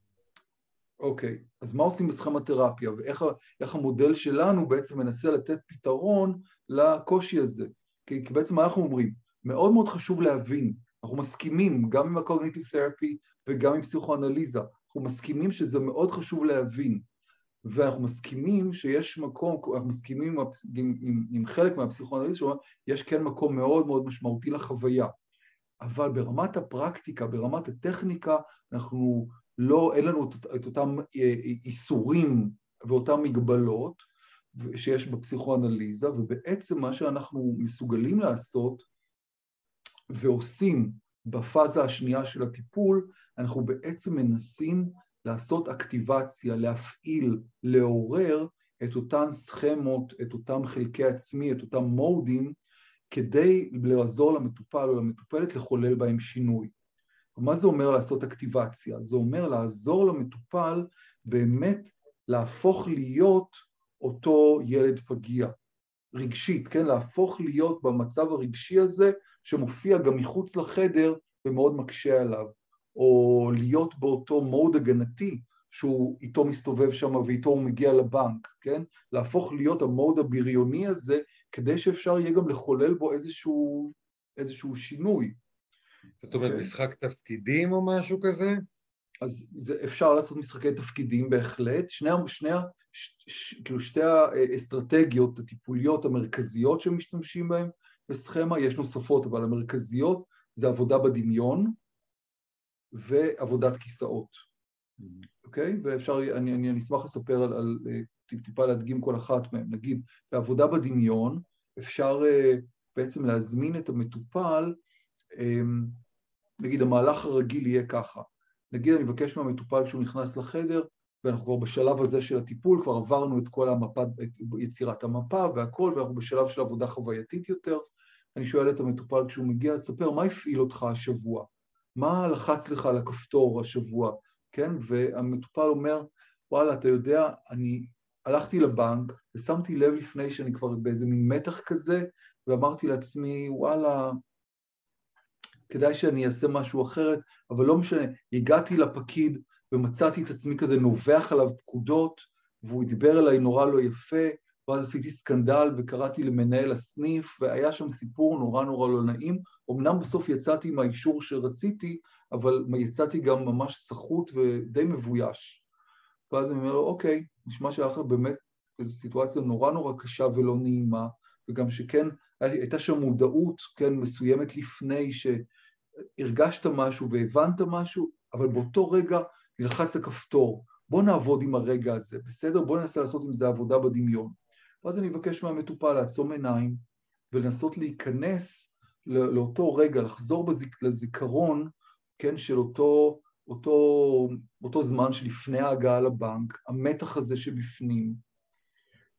אוקיי, אז מה עושים בסכמתרפיה, ואיך המודל שלנו בעצם מנסה לתת פתרון לקושי הזה? כי בעצם מה אנחנו אומרים? מאוד מאוד חשוב להבין, אנחנו מסכימים גם עם הקוגניטיב תרפי וגם עם פסיכואנליזה, אנחנו מסכימים שזה מאוד חשוב להבין, ואנחנו מסכימים שיש מקום, אנחנו מסכימים עם חלק מהפסיכואנליזה, שאומר, יש כן מקום מאוד מאוד משמעותי לחוויה, אבל ברמת הפרקטיקה, ברמת הטכניקה, אין לנו את אותם איסורים ואותם מגבלות שיש בפסיכואנליזה, ובעצם מה שאנחנו מסוגלים לעשות ועושים בפאזה השנייה של הטיפול, אנחנו בעצם מנסים לעשות אקטיבציה, להפעיל, לעורר את אותן סכמות, את אותם חלקי עצמי, את אותם מודים, כדי לעזור למטופל או למטופלת לחולל בהם שינוי. מה זה אומר לעשות אקטיבציה? זה אומר לעזור למטופל באמת להפוך להיות אותו ילד פגיע, רגשית, כן? להפוך להיות במצב הרגשי הזה שמופיע גם מחוץ לחדר ומאוד מקשה עליו, או להיות באותו מוד הגנתי שהוא איתו מסתובב שם ואיתו הוא מגיע לבנק, כן? להפוך להיות המוד הבריוני הזה כדי שאפשר יהיה גם לחולל בו איזשהו שינוי. זאת אומרת, משחק תפקידים או משהו כזה? אז אפשר לעשות משחקי תפקידים בהחלט. שתי האסטרטגיות הטיפוליות המרכזיות שמשתמשים בהן בסכמה, יש נוספות, אבל המרכזיות זה עבודה בדמיון ועבודת כיסאות. אוקיי? ואפשר, אני אשמח לספר על טיפה להדגים כל אחת מהם. נגיד, בעבודה בדמיון אפשר בעצם להזמין את המטופל, נגיד, המהלך הרגיל יהיה ככה. נגיד, אני מבקש מהמטופל כשהוא נכנס לחדר, ואנחנו כבר בשלב הזה של הטיפול, כבר עברנו את כל המפה, את יצירת המפה והכל, ואנחנו בשלב של עבודה חווייתית יותר. אני שואל את המטופל כשהוא מגיע, תספר, מה הפעיל אותך השבוע? מה לחץ לך על הכפתור השבוע? כן? והמטופל אומר, וואלה, אתה יודע, אני הלכתי לבנק, ושמתי לב לפני שאני כבר באיזה מין מתח כזה, ואמרתי לעצמי, וואלה, כדאי שאני אעשה משהו אחרת, אבל לא משנה, הגעתי לפקיד ומצאתי את עצמי כזה נובח עליו פקודות, והוא ידבר אליי נורא לא יפה, ואז עשיתי סקנדל וקראתי למנהל הסניף, והיה שם סיפור נורא נורא לא נעים, אמנם בסוף יצאתי עם האישור שרציתי, אבל יצאתי גם ממש סחוט ודי מבויש. ואז אני אומר לו, אוקיי, נשמע שלאחר באמת איזו סיטואציה נורא נורא קשה ולא נעימה, וגם שכן הייתה שם מודעות, כן, מסוימת לפני שהרגשת משהו והבנת משהו, אבל באותו רגע נלחץ הכפתור, בוא נעבוד עם הרגע הזה, בסדר? בוא ננסה לעשות עם זה עבודה בדמיון. ואז אני אבקש מהמטופל לעצום עיניים, ולנסות להיכנס לאותו רגע, לחזור לזיכרון, כן, של אותו זמן שלפני ההגעה לבנק, המתח הזה שבפנים,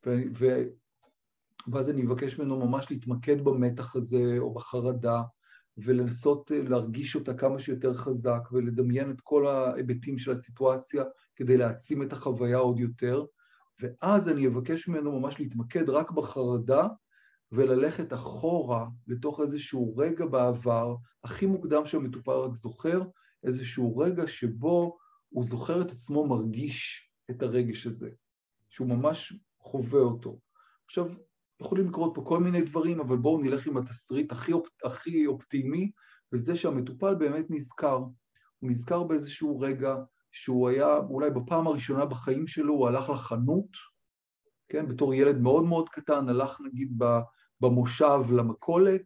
ואז אני אבקש ממנו ממש להתמקד במתח הזה, או בחרדה, ולנסות להרגיש אותה כמה שיותר חזק, ולדמיין את כל ההיבטים של הסיטואציה, כדי להעצים את החוויה עוד יותר, ואז אני אבקש ממנו ממש להתמקד רק בחרדה, וללכת אחורה לתוך איזשהו רגע בעבר, הכי מוקדם שהמטופל רק זוכר, איזשהו רגע שבו הוא זוכר את עצמו מרגיש את הרגש הזה, שהוא ממש חווה אותו. עכשיו, יכולים לקרות פה כל מיני דברים, אבל בואו נלך עם התסריט הכי אופטימי, וזה שהמטופל באמת נזכר. הוא נזכר באיזשהו רגע שהוא היה, אולי בפעם הראשונה בחיים שלו, הוא הלך לחנות, כן, בתור ילד מאוד מאוד קטן, הלך נגיד במושב למכולת,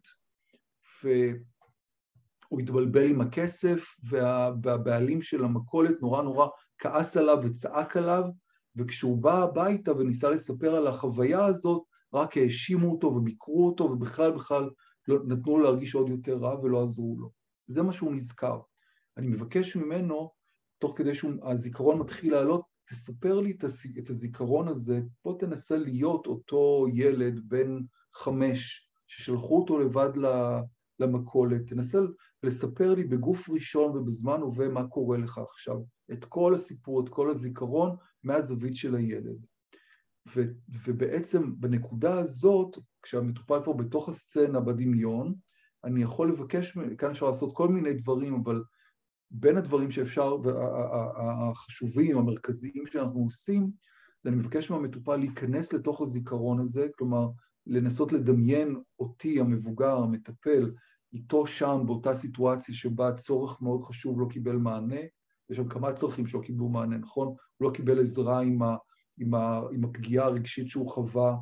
והוא התבלבל עם הכסף, והבעלים של המכולת נורא כעס עליו וצעק עליו, וכשהוא בא הביתה וניסה לספר על החוויה הזאת, רק האשימו אותו וביקרו אותו, ובכלל נתנו לו להרגיש עוד יותר רע ולא עזרו לו. זה מה שהוא נזכר. אני מבקש ממנו, תוך כדי שהזיכרון מתחיל לעלות, תספר לי את הזיכרון הזה, בוא תנסה להיות אותו ילד בן 5, ששלחו אותו לבד למכולת, תנסה לספר לי בגוף ראשון ובזמן הווה מה קורה לך עכשיו, את כל הסיפור, את כל הזיכרון, מהזווית של הילד. ובעצם בנקודה הזאת, כשהמטופל כבר בתוך הסצנה בדמיון, אני יכול לבקש, כאן אפשר לעשות כל מיני דברים, אבל בין הדברים שאפשר, החשובים, המרכזיים שאנחנו עושים, זה אני מבקש מהמטופל להיכנס לתוך הזיכרון הזה, כלומר, לנסות לדמיין אותי, המבוגר, המטפל, איתו שם באותה סיטואציה שבה צורך מאוד חשוב לא קיבל מענה, יש שם כמה צרכים שלא קיבלו מענה, נכון? הוא לא קיבל עזרה עם הפגיעה הרגשית שהוא חווה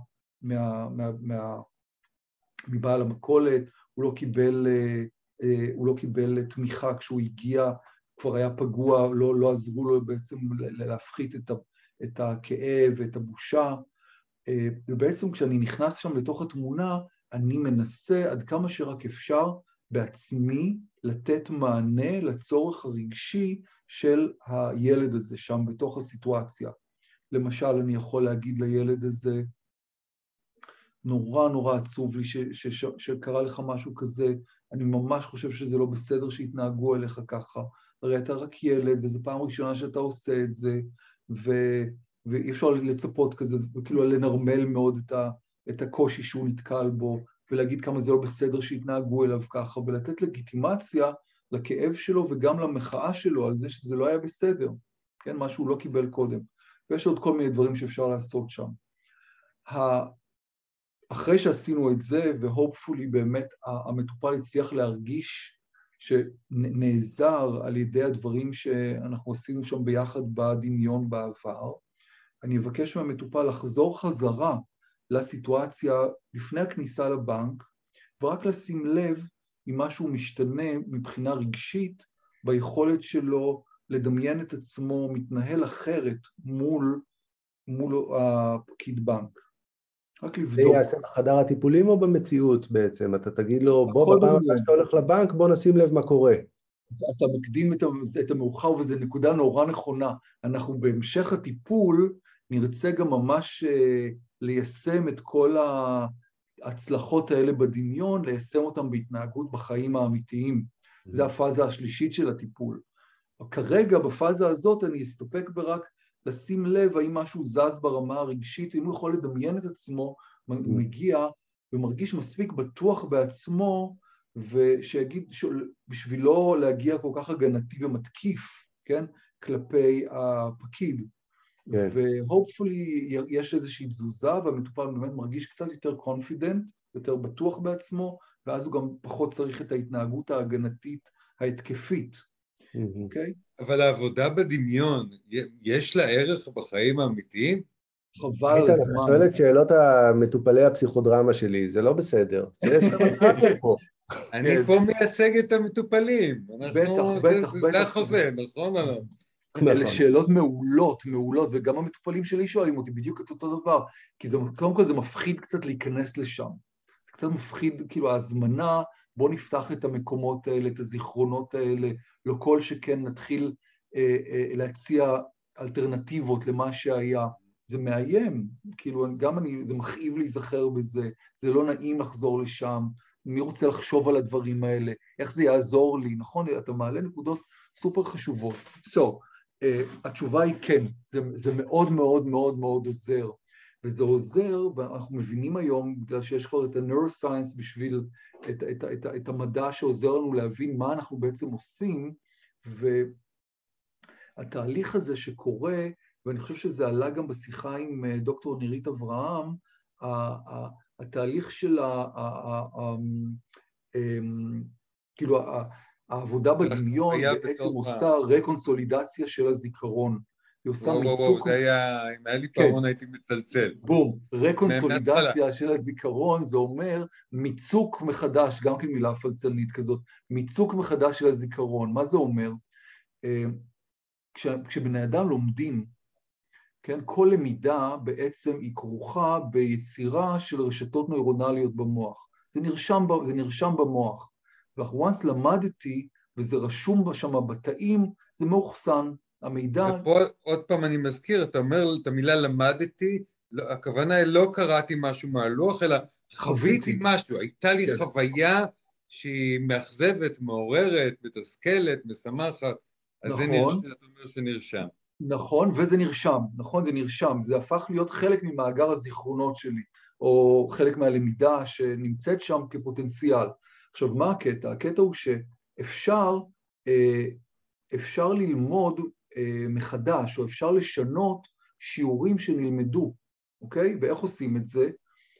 מבעל המכולת, הוא לא קיבל תמיכה כשהוא הגיע, כבר היה פגוע, לא עזרו לו בעצם להפחית את הכאב ואת הבושה, ובעצם כשאני נכנס שם לתוך התמונה, אני מנסה עד כמה שרק אפשר בעצמי לתת מענה לצורך הרגשי של הילד הזה שם בתוך הסיטואציה. למשל, אני יכול להגיד לילד הזה, נורא עצוב לי שקרה לך משהו כזה, אני ממש חושב שזה לא בסדר שהתנהגו אליך ככה, הרי אתה רק ילד, וזו פעם ראשונה שאתה עושה את זה, ואי אפשר לצפות כזה, וכאילו לנרמל מאוד את הקושי שהוא נתקל בו, ולהגיד כמה זה לא בסדר שהתנהגו אליו ככה, ולתת לגיטימציה לכאב שלו וגם למחאה שלו על זה שזה לא היה בסדר, כן, מה שהוא לא קיבל קודם. ויש עוד כל מיני דברים שאפשר לעשות שם. אחרי שעשינו את זה, והופפולי באמת המטופל הצליח להרגיש שנעזר על ידי הדברים שאנחנו עשינו שם ביחד בדמיון בעבר, אני אבקש מהמטופל לחזור חזרה לסיטואציה לפני הכניסה לבנק, ורק לשים לב אם משהו משתנה מבחינה רגשית, ביכולת שלו לדמיין את עצמו מתנהל אחרת מול הפקיד בנק. רק לבדוק. זה יעשה בחדר הטיפולים או במציאות בעצם? אתה תגיד לו, בוא בפעם אחת שאתה הולך לבנק, בוא נשים לב מה קורה. אתה מקדים את המאוחר, וזו נקודה נורא נכונה. אנחנו בהמשך הטיפול נרצה גם ממש ליישם את כל ההצלחות האלה בדמיון, ליישם אותם בהתנהגות בחיים האמיתיים. זו הפאזה השלישית של הטיפול. כרגע בפאזה הזאת אני אסתפק ברק לשים לב האם משהו זז ברמה הרגשית, אם הוא יכול לדמיין את עצמו, מגיע ומרגיש מספיק בטוח בעצמו, ושיגיד בשבילו להגיע כל כך הגנתי ומתקיף, כן, כלפי הפקיד. והופפולי יש איזושהי תזוזה, והמטופל באמת מרגיש קצת יותר קונפידנט, יותר בטוח בעצמו, ואז הוא גם פחות צריך את ההתנהגות ההגנתית ההתקפית. אוקיי? אבל העבודה בדמיון, יש לה ערך בחיים האמיתיים? חבל על הזמן. אני שואל את שאלות המטופלי הפסיכודרמה שלי, זה לא בסדר. זה סכמטרפיה פה. אני פה מייצג את המטופלים. בטח. זה החוזה, נכון? אלה שאלות מעולות, וגם המטופלים שלי שואלים אותי בדיוק את אותו דבר, כי קודם כל זה מפחיד קצת להיכנס לשם. זה קצת מפחיד, כאילו ההזמנה, בוא נפתח את המקומות האלה, את הזיכרונות האלה, לא כל שכן נתחיל להציע אלטרנטיבות למה שהיה. זה מאיים, כאילו גם זה מכאיב להיזכר בזה, זה לא נעים לחזור לשם, מי רוצה לחשוב על הדברים האלה, איך זה יעזור לי, נכון? אתה מעלה נקודות סופר חשובות. התשובה היא כן, זה מאוד מאוד מאוד מאוד עוזר, וזה עוזר, ואנחנו מבינים היום, בגלל שיש כבר את ה-neuroscience בשביל את המדע שעוזר לנו להבין מה אנחנו בעצם עושים, והתהליך הזה שקורה, ואני חושב שזה עלה גם בשיחה עם דוקטור נירית אברהם, התהליך של כאילו העבודה בדמיון בעצם עושה רקונסולידציה של הזיכרון. היא עושה מיצוק... זה היה, אם היה לי פעמון הייתי מצלצל. בום, רקונסולידציה של הזיכרון, זה אומר מיצוק מחדש, גם כן מילה פלצנית כזאת, מיצוק מחדש של הזיכרון. מה זה אומר? כשבני אדם לומדים, כן, כל למידה בעצם היא כרוכה ביצירה של רשתות נוירונליות במוח. זה נרשם במוח. once למדתי, וזה רשום שם בתאים, זה מאוחסן, המידע... ופה עוד פעם אני מזכיר, אתה אומר את המילה למדתי, הכוונה היא לא קראתי משהו מהלוח, אלא חוויתי משהו, הייתה לי חוויה שהיא מאכזבת, מעוררת, מתסכלת, משמחת, אז זה נרשם, אתה אומר שנרשם. נכון, וזה נרשם, נכון, זה נרשם, זה הפך להיות חלק ממאגר הזיכרונות שלי, או חלק מהלמידה שנמצאת שם כפוטנציאל. עכשיו, מה הקטע? הקטע הוא שאפשר ללמוד מחדש, או אפשר לשנות שיעורים שנלמדו, אוקיי? ואיך עושים את זה?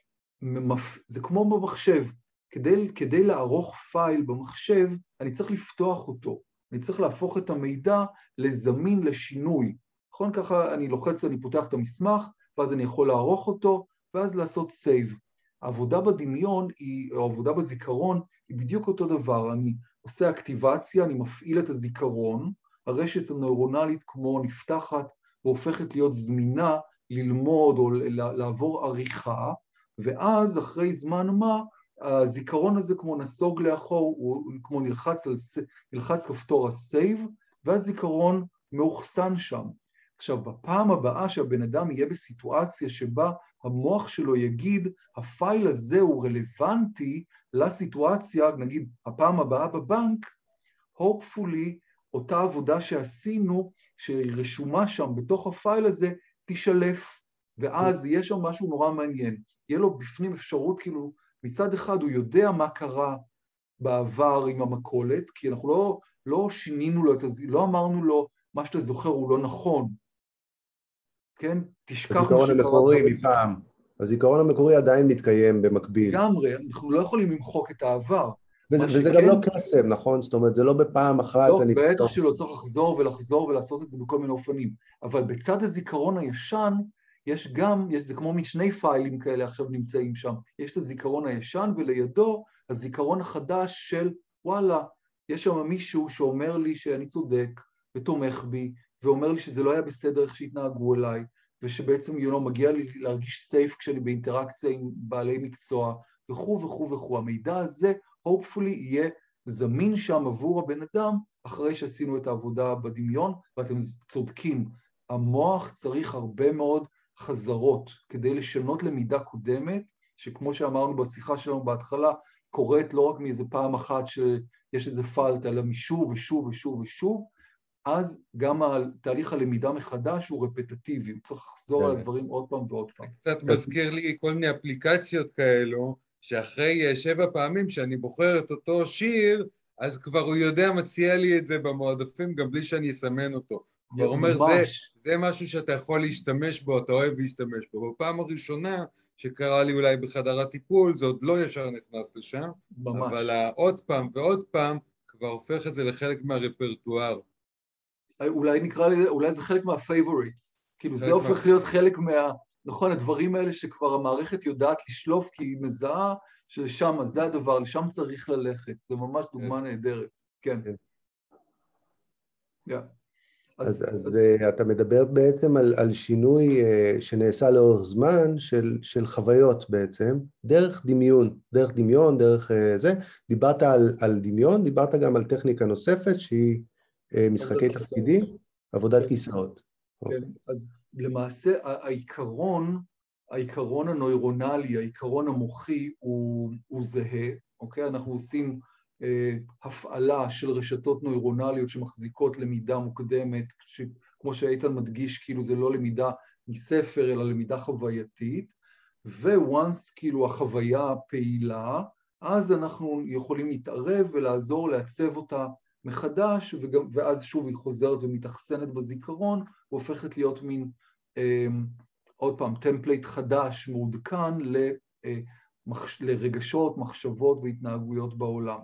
זה כמו במחשב. כדי לערוך פייל במחשב, אני צריך לפתוח אותו. אני צריך להפוך את המידע לזמין לשינוי. נכון? ככה אני לוחץ, אני פותח את המסמך, ואז אני יכול לערוך אותו, ואז לעשות סייב. העבודה בדמיון, או העבודה בזיכרון, היא בדיוק אותו דבר. אני עושה אקטיבציה, אני מפעיל את הזיכרון, הרשת הנוירונלית כמו נפתחת, והופכת להיות זמינה ללמוד או לעבור עריכה, ואז אחרי זמן מה, הזיכרון הזה כמו נסוג לאחור, הוא כמו נלחץ כפתור הסייב, והזיכרון מאוחסן שם. עכשיו, בפעם הבאה שהבן אדם יהיה בסיטואציה שבה המוח שלו יגיד, הפייל הזה הוא רלוונטי לסיטואציה, נגיד, הפעם הבאה בבנק, hopefully, אותה עבודה שעשינו, שהיא רשומה שם בתוך הפייל הזה, תשלף, ואז יש שם משהו נורא מעניין. יהיה לו בפנים אפשרות, כאילו, מצד אחד הוא יודע מה קרה בעבר עם המקולת, כי אנחנו לא שינינו לו, לא אמרנו לו, מה שאתה זוכר הוא לא נכון. כן? תשכח מה שקרה. הזיכרון המקורי מפעם. הזיכרון המקורי עדיין מתקיים במקביל. לגמרי, אנחנו לא יכולים למחוק את העבר. וזה גם לא קסם, נכון? זאת אומרת, זה לא בפעם אחת. לא, בטח שלא צריך לחזור ולחזור ולעשות את זה בכל מיני אופנים. אבל בצד הזיכרון הישן, זה כמו משני פיילים כאלה עכשיו נמצאים שם. יש את הזיכרון הישן ולידו הזיכרון החדש של, וואלה, יש שם מישהו שאומר לי שאני צודק ותומך בי, ואומר לי שזה לא היה בסדר איך שהתנהגו אליי, ושבעצם מגיע לי להרגיש סייף כשאני באינטראקציה עם בעלי מקצוע, וכו' וכו' וכו'. המידע הזה, hopefully, יהיה זמין שם עבור הבן אדם, אחרי שעשינו את העבודה בדמיון, ואתם צודקים, המוח צריך הרבה מאוד חזרות, כדי לשנות למידה קודמת, שכמו שאמרנו בשיחה שלנו בהתחלה, קורית לא רק מאיזה פעם אחת שיש איזה פלט, אלא משוב ושוב ושוב ושוב, אז גם תהליך הלמידה מחדש הוא רפטטיבי, צריך לחזור על הדברים עוד פעם ועוד פעם. קצת מזכיר לי כל מיני אפליקציות כאלו, שאחרי 7 פעמים שאני בוחר את אותו שיר, אז כבר הוא יודע, מציע לי את זה במועדפים, גם בלי שאני אסמן אותו. כבר אומר, זה משהו שאתה יכול להשתמש בו, אתה אוהב להשתמש בו. בפעם הראשונה שקרה לי אולי בחדר הטיפול, זה עוד לא ישר נכנס לשם, ממש. אבל עוד פעם ועוד פעם, כבר הופך את זה לחלק מהרפרטואר. אולי זה חלק מהפייבוריטס, כאילו זה הופך להיות חלק נכון, הדברים האלה שכבר המערכת יודעת לשלוף, כי היא מזהה שלשם, זה הדבר, לשם צריך ללכת, זה ממש דוגמה נהדרת, כן. אז אתה מדבר בעצם על שינוי שנעשה לאורך זמן של חוויות בעצם, דרך דמיון, דרך זה. דיברת על דמיון, דיברת גם על טכניקה נוספת שהיא משחקי תפקידים, עבודת כיסאות. כן, אז למעשה העיקרון הנוירונלי, העיקרון המוחי הוא זהה, אוקיי? אנחנו עושים הפעלה של רשתות נוירונליות שמחזיקות למידה מוקדמת, כמו שאיתן מדגיש, כאילו זה לא למידה מספר, אלא למידה חווייתית, וואנס כאילו החוויה פעילה, אז אנחנו יכולים להתערב ולעזור לעצב אותה מחדש, ואז שוב היא חוזרת ומתאכסנת בזיכרון, והופכת להיות מין, עוד פעם, טמפלייט חדש, מעודכן לרגשות, מחשבות והתנהגויות בעולם.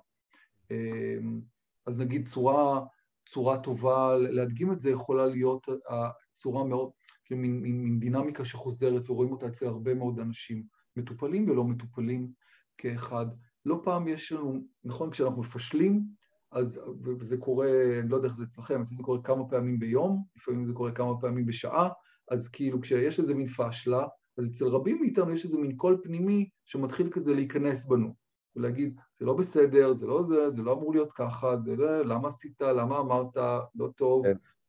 אז נגיד צורה טובה להדגים את זה יכולה להיות צורה מאוד, מין דינמיקה שחוזרת ורואים אותה אצל הרבה מאוד אנשים, מטופלים ולא מטופלים כאחד. לא פעם יש לנו, נכון, כשאנחנו מפשלים, אז זה קורה, אני לא יודע איך זה אצלכם, זה קורה כמה פעמים ביום, לפעמים זה קורה כמה פעמים בשעה, אז כאילו כשיש איזה מין פשלה, אז אצל רבים מאיתנו יש איזה מין קול פנימי שמתחיל כזה להיכנס בנו, ולהגיד, זה לא בסדר, זה לא זה, זה לא אמור להיות ככה, זה לא, למה עשית, למה אמרת, לא טוב,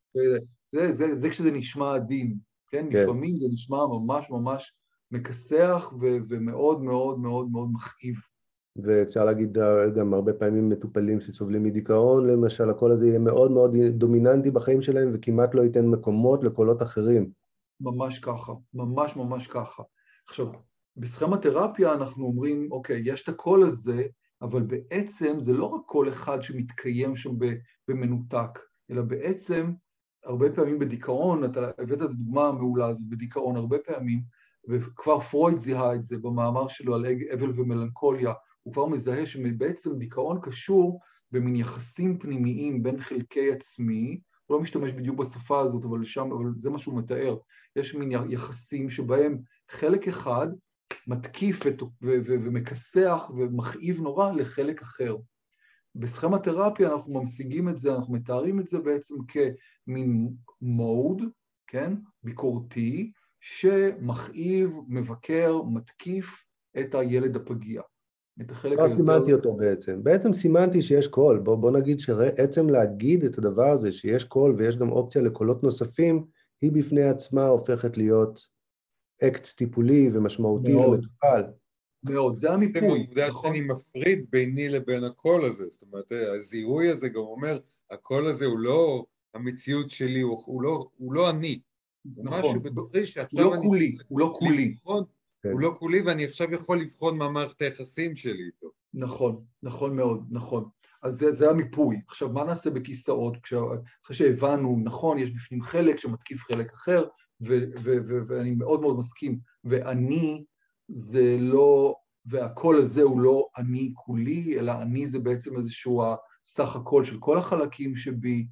זה כשזה נשמע עדין, כן? לפעמים זה נשמע ממש ממש מכסח ומאוד מאוד מאוד מאוד מכאיב. ואפשר להגיד גם הרבה פעמים מטופלים שסובלים מדיכאון, למשל, הקול הזה יהיה מאוד מאוד דומיננטי בחיים שלהם, וכמעט לא ייתן מקומות לקולות אחרים. ממש ככה, ממש ממש ככה. עכשיו, בסכמתרפיה אנחנו אומרים, אוקיי, יש את הקול הזה, אבל בעצם זה לא רק קול אחד שמתקיים שם במנותק, אלא בעצם, הרבה פעמים בדיכאון, אתה הבאת את הדוגמה המעולה הזאת, בדיכאון הרבה פעמים, וכבר פרויד זיהה את זה במאמר שלו על אבל ומלנכוליה, הוא כבר מזהה שבעצם דיכאון קשור במין יחסים פנימיים בין חלקי עצמי, הוא לא משתמש בדיוק בשפה הזאת, אבל זה מה שהוא מתאר, יש מין יחסים שבהם חלק אחד מתקיף ומכסח ומכאיב נורא לחלק אחר. בסכמתרפיה אנחנו ממשיגים את זה, אנחנו מתארים את זה בעצם כמין מוד, כן? ביקורתי, שמכאיב, מבקר, מתקיף את הילד הפגיע. את החלק היותר... סימנתי אותו בעצם סימנתי שיש קול, בוא נגיד שעצם להגיד את הדבר הזה, שיש קול ויש גם אופציה לקולות נוספים, היא בפני עצמה הופכת להיות אקט טיפולי ומשמעותי למטופל. מאוד, זה המיפוי. זה העובדה שאני מפריד ביני לבין הקול הזה, זאת אומרת, הזיהוי הזה גם אומר, הקול הזה הוא לא המציאות שלי, הוא לא אני. נכון, הוא לא כולי, הוא לא כולי. הוא לא כולי ואני עכשיו יכול לבחון מה מערכת היחסים שלי איתו. נכון, נכון מאוד, נכון. אז זה המיפוי. עכשיו, מה נעשה בכיסאות? אחרי שהבנו, נכון, יש בפנים חלק שמתקיף חלק אחר, ואני מאוד מאוד מסכים, ואני זה לא, והקול הזה הוא לא אני כולי, אלא אני זה בעצם איזשהו סך הכל של כל החלקים שבי.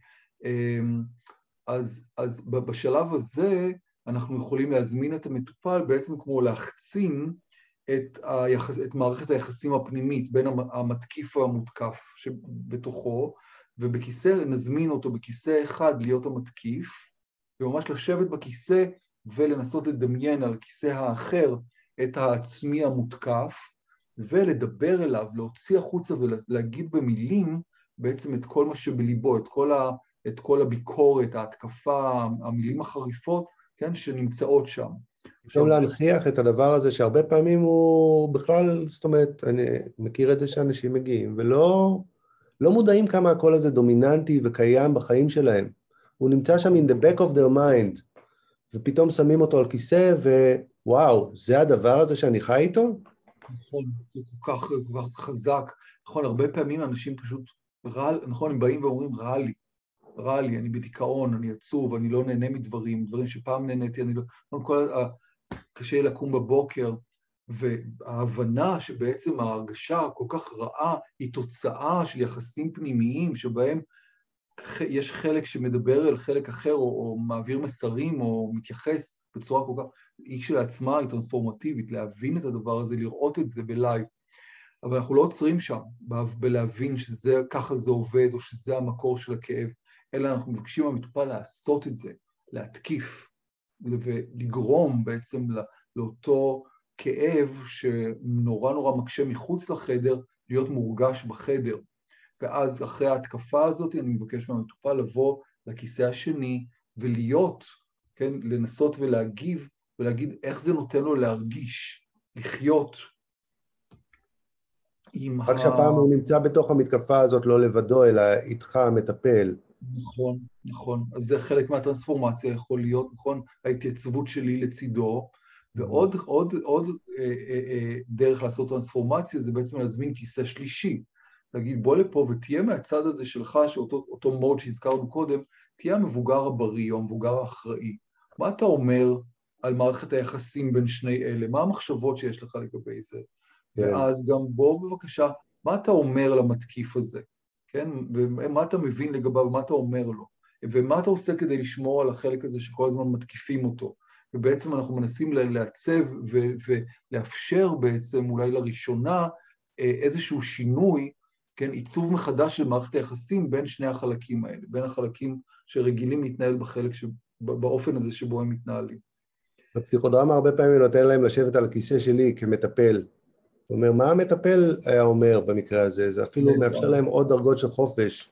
אז בשלב הזה אנחנו יכולים להזמין את המטופל בעצם כמו להחצין את מערכת היחסים הפנימית בין המתקיף והמותקף שבתוכו, ובכיסא נזמין אותו בכיסא אחד להיות המתקיף, וממש לשבת בכיסא ולנסות לדמיין על הכיסא האחר את העצמי המותקף, ולדבר אליו, להוציא החוצה ולהגיד במילים בעצם את כל מה שבליבו, את כל הביקורת, ההתקפה, המילים החריפות, כן, שנמצאות שם. עכשיו להנכיח את הדבר הזה שהרבה פעמים הוא בכלל, זאת אומרת, אני מכיר את זה שאנשים מגיעים ולא מודעים כמה הקול הזה דומיננטי וקיים בחיים שלהם. הוא נמצא שם in the back of their mind, ופתאום שמים אותו על כיסא ווואו, זה הדבר הזה שאני חי איתו? נכון, זה כל כך חזק. נכון, הרבה פעמים אנשים פשוט, נכון, הם באים ואומרים, רע לי, אני בדיכאון, אני עצוב, אני לא נהנה מדברים שפעם נהניתי, אני לא... קשה לקום בבוקר, וההבנה שבעצם ההרגשה כל כך רעה היא תוצאה של יחסים פנימיים, שבהם יש חלק שמדבר אל חלק אחר, או מעביר מסרים, או מתייחס בצורה כל כך... היא כשלעצמה היא טרנספורמטיבית, להבין את הדבר הזה, לראות את זה בלייב. אבל אנחנו לא עוצרים שם, בלהבין ככה זה עובד, או שזה המקור של הכאב, אלא אנחנו מבקשים מהמטופל לעשות את זה, להתקיף, ולגרום בעצם לאותו כאב שנורא נורא מקשה מחוץ לחדר, להיות מורגש בחדר. ואז אחרי ההתקפה הזאת אני מבקש מהמטופל לבוא לכיסא השני ולהיות, כן, לנסות ולהגיב, ולהגיד איך זה נותן לו להרגיש, לחיות רק שהפעם הוא נמצא בתוך המתקפה הזאת לא לבדו, אלא איתך המטפל. נכון, נכון. אז זה חלק מהטרנספורמציה יכול להיות, נכון? ההתייצבות שלי לצידו, ועוד דרך לעשות טרנספורמציה זה בעצם להזמין כיסא שלישי. להגיד בוא לפה ותהיה מהצד הזה שלך, שאותו מוד שהזכרנו קודם, תהיה המבוגר הבריא או המבוגר האחראי. מה אתה אומר על מערכת היחסים בין שני אלה? מה המחשבות שיש לך לגבי זה? כן. ואז גם בוא בבקשה, מה אתה אומר למתקיף הזה? כן? ומה אתה מבין לגביו, ומה אתה אומר לו? ומה אתה עושה כדי לשמור על החלק הזה שכל הזמן מתקיפים אותו? ובעצם אנחנו מנסים לעצב ולאפשר בעצם אולי לראשונה איזשהו שינוי, כן? עיצוב מחדש של מערכת היחסים בין שני החלקים האלה, בין החלקים שרגילים להתנהל באופן הזה שבו הם מתנהלים. בפסיכודרמה הרבה פעמים נותן להם לשבת על הכיסא שלי כמטפל. הוא אומר, מה המטפל היה אומר במקרה הזה? זה אפילו מאפשר להם עוד דרגות של חופש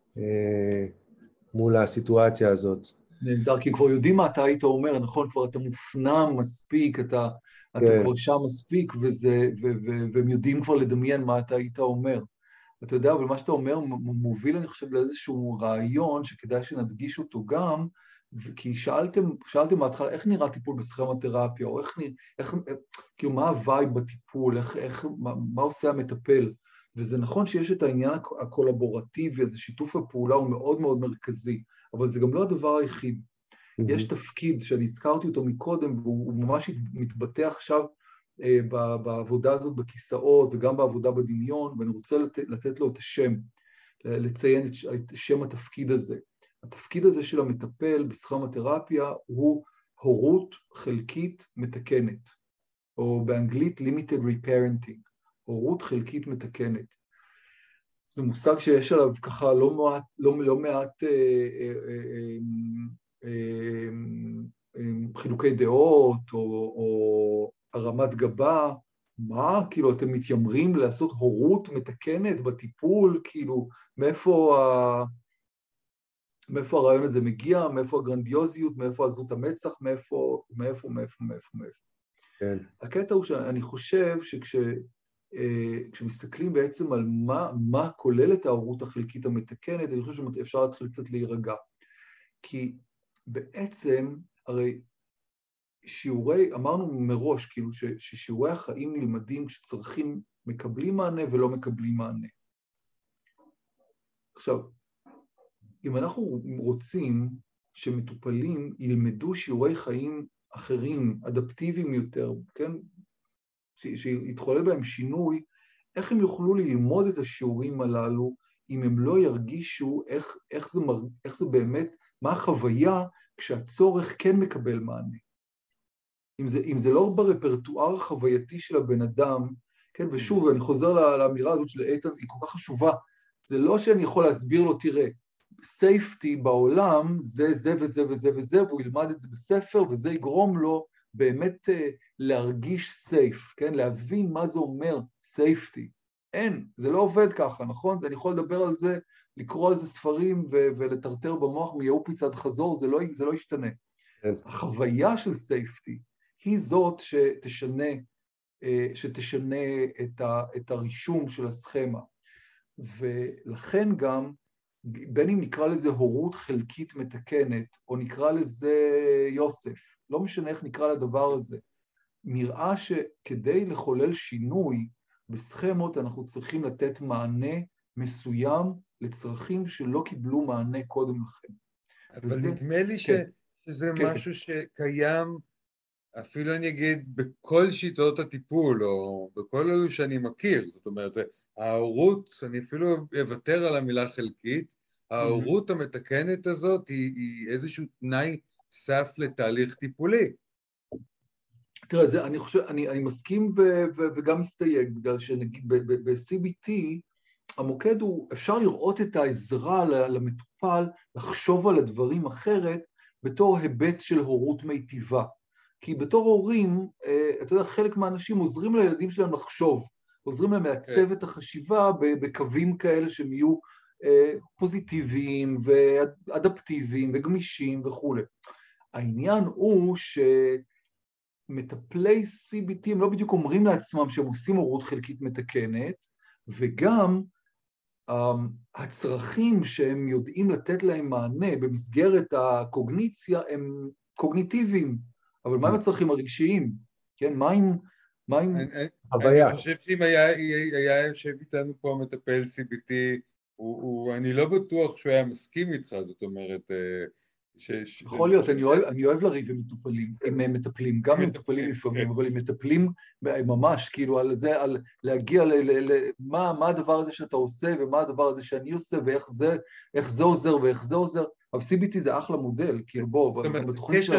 מול הסיטואציה הזאת. נהדר, כי כבר יודעים מה אתה היית אומר, נכון? כבר אתה מופנם מספיק, אתה כבר שם מספיק, והם יודעים כבר לדמיין מה אתה היית אומר. אתה יודע, אבל מה שאתה אומר מוביל, אני חושב, לאיזשהו רעיון שכדאי שנדגיש אותו גם, כי שאלתם מההתחלה, איך נראה טיפול בסכמתרפיה, או כאילו מה הווייב בטיפול, מה עושה המטפל, וזה נכון שיש את העניין הקולבורטיבי, אז שיתוף הפעולה הוא מאוד מאוד מרכזי, אבל זה גם לא הדבר היחיד. יש תפקיד שאני הזכרתי אותו מקודם, והוא ממש מתבטא עכשיו בעבודה הזאת בכיסאות, וגם בעבודה בדמיון, ואני רוצה לתת לו את השם, לציין את שם התפקיד הזה. התפקיד הזה של המטפל בסכמתרפיה הוא הורות חלקית מתקנת, או באנגלית limited reparenting, הורות חלקית מתקנת. זה מושג שיש עליו ככה לא מעט חילוקי דעות, או הרמת גבה. מה? כאילו אתם מתיימרים לעשות הורות מתקנת בטיפול? כאילו מאיפה הרעיון הזה מגיע, מאיפה הגרנדיוזיות, מאיפה עזות המצח, מאיפה. כן. הקטע הוא שאני חושב כשמסתכלים בעצם על מה כולל את ההורות החלקית המתקנת, אני חושב שאפשר להתחיל קצת להירגע. כי בעצם, הרי אמרנו מראש, כאילו ששיעורי החיים נלמדים כשצרכים מקבלים מענה ולא מקבלים מענה. עכשיו, אם אנחנו רוצים שמטופלים ילמדו שיעורי חיים אחרים, אדפטיביים יותר, כן? שיתחולל בהם שינוי, איך הם יוכלו ללמוד את השיעורים הללו, אם הם לא ירגישו איך זה באמת, מה החוויה כשהצורך כן מקבל מענה. אם זה לא ברפרטואר החווייתי של הבן אדם, כן? ושוב, אני חוזר לאמירה הזאת של איתן, היא כל כך חשובה, זה לא שאני יכול להסביר לו, תראה, safety בעולם זה וזה וזה וזה, והוא ילמד את זה בספר, וזה יגרום לו באמת להרגיש safe, כן? להבין מה זה אומר safety. אין, זה לא עובד ככה, נכון? אני יכול לדבר על זה, לקרוא על זה ספרים ולטרטר במוח מיעופי צד חזור, זה לא ישתנה. החוויה של safety היא זאת שתשנה את הרישום של הסכמה. ולכן גם, בין אם נקרא לזה הורות חלקית מתקנת, או נקרא לזה יוסף, לא משנה איך נקרא לדבר הזה, נראה שכדי לחולל שינוי בסכמות, אנחנו צריכים לתת מענה מסוים לצרכים שלא קיבלו מענה קודם לכן. אבל נדמה לי שזה משהו שקיים, אפילו אני אגיד, בכל שיטות הטיפול, או בכל אלו שאני מכיר. זאת אומרת, ההורות, אני אפילו אוותר על המילה חלקית, ההורות המתקנת הזאת היא איזשהו תנאי סף לתהליך טיפולי. תראה, אני חושב, אני מסכים וגם מסתייג, בגלל שנגיד ב-CBT, המוקד הוא, אפשר לראות את העזרה למטופל, לחשוב על הדברים אחרת, בתור היבט של הורות מיטיבה. כי בתור הורים, אתה יודע, חלק מהאנשים עוזרים לילדים שלהם לחשוב, עוזרים להם לעצב את החשיבה בקווים כאלה שהם יהיו פוזיטיביים ואדפטיביים וגמישים וכו'. העניין הוא שמטפלי CBT הם לא בדיוק אומרים לעצמם שהם עושים הורות חלקית מתקנת, וגם הצרכים שהם יודעים לתת להם מענה במסגרת הקוגניציה הם קוגניטיביים, אבל מה עם הצרכים הרגשיים? כן, מה עם הוויה? אני חושב שאם היה יושב איתנו פה מטפל CBT, אני לא בטוח שהוא היה מסכים איתך, זאת אומרת, יכול להיות, אני אוהב לריב עם מטופלים, עם מטפלים, גם עם מטופלים לפעמים, אבל עם מטפלים ממש, כאילו על זה, על להגיע מה הדבר הזה שאתה עושה, ומה הדבר הזה שאני עושה, ואיך זה עוזר ואיך זה עוזר, אבל CBT זה אחלה מודל, כאילו בוא, זאת אומרת,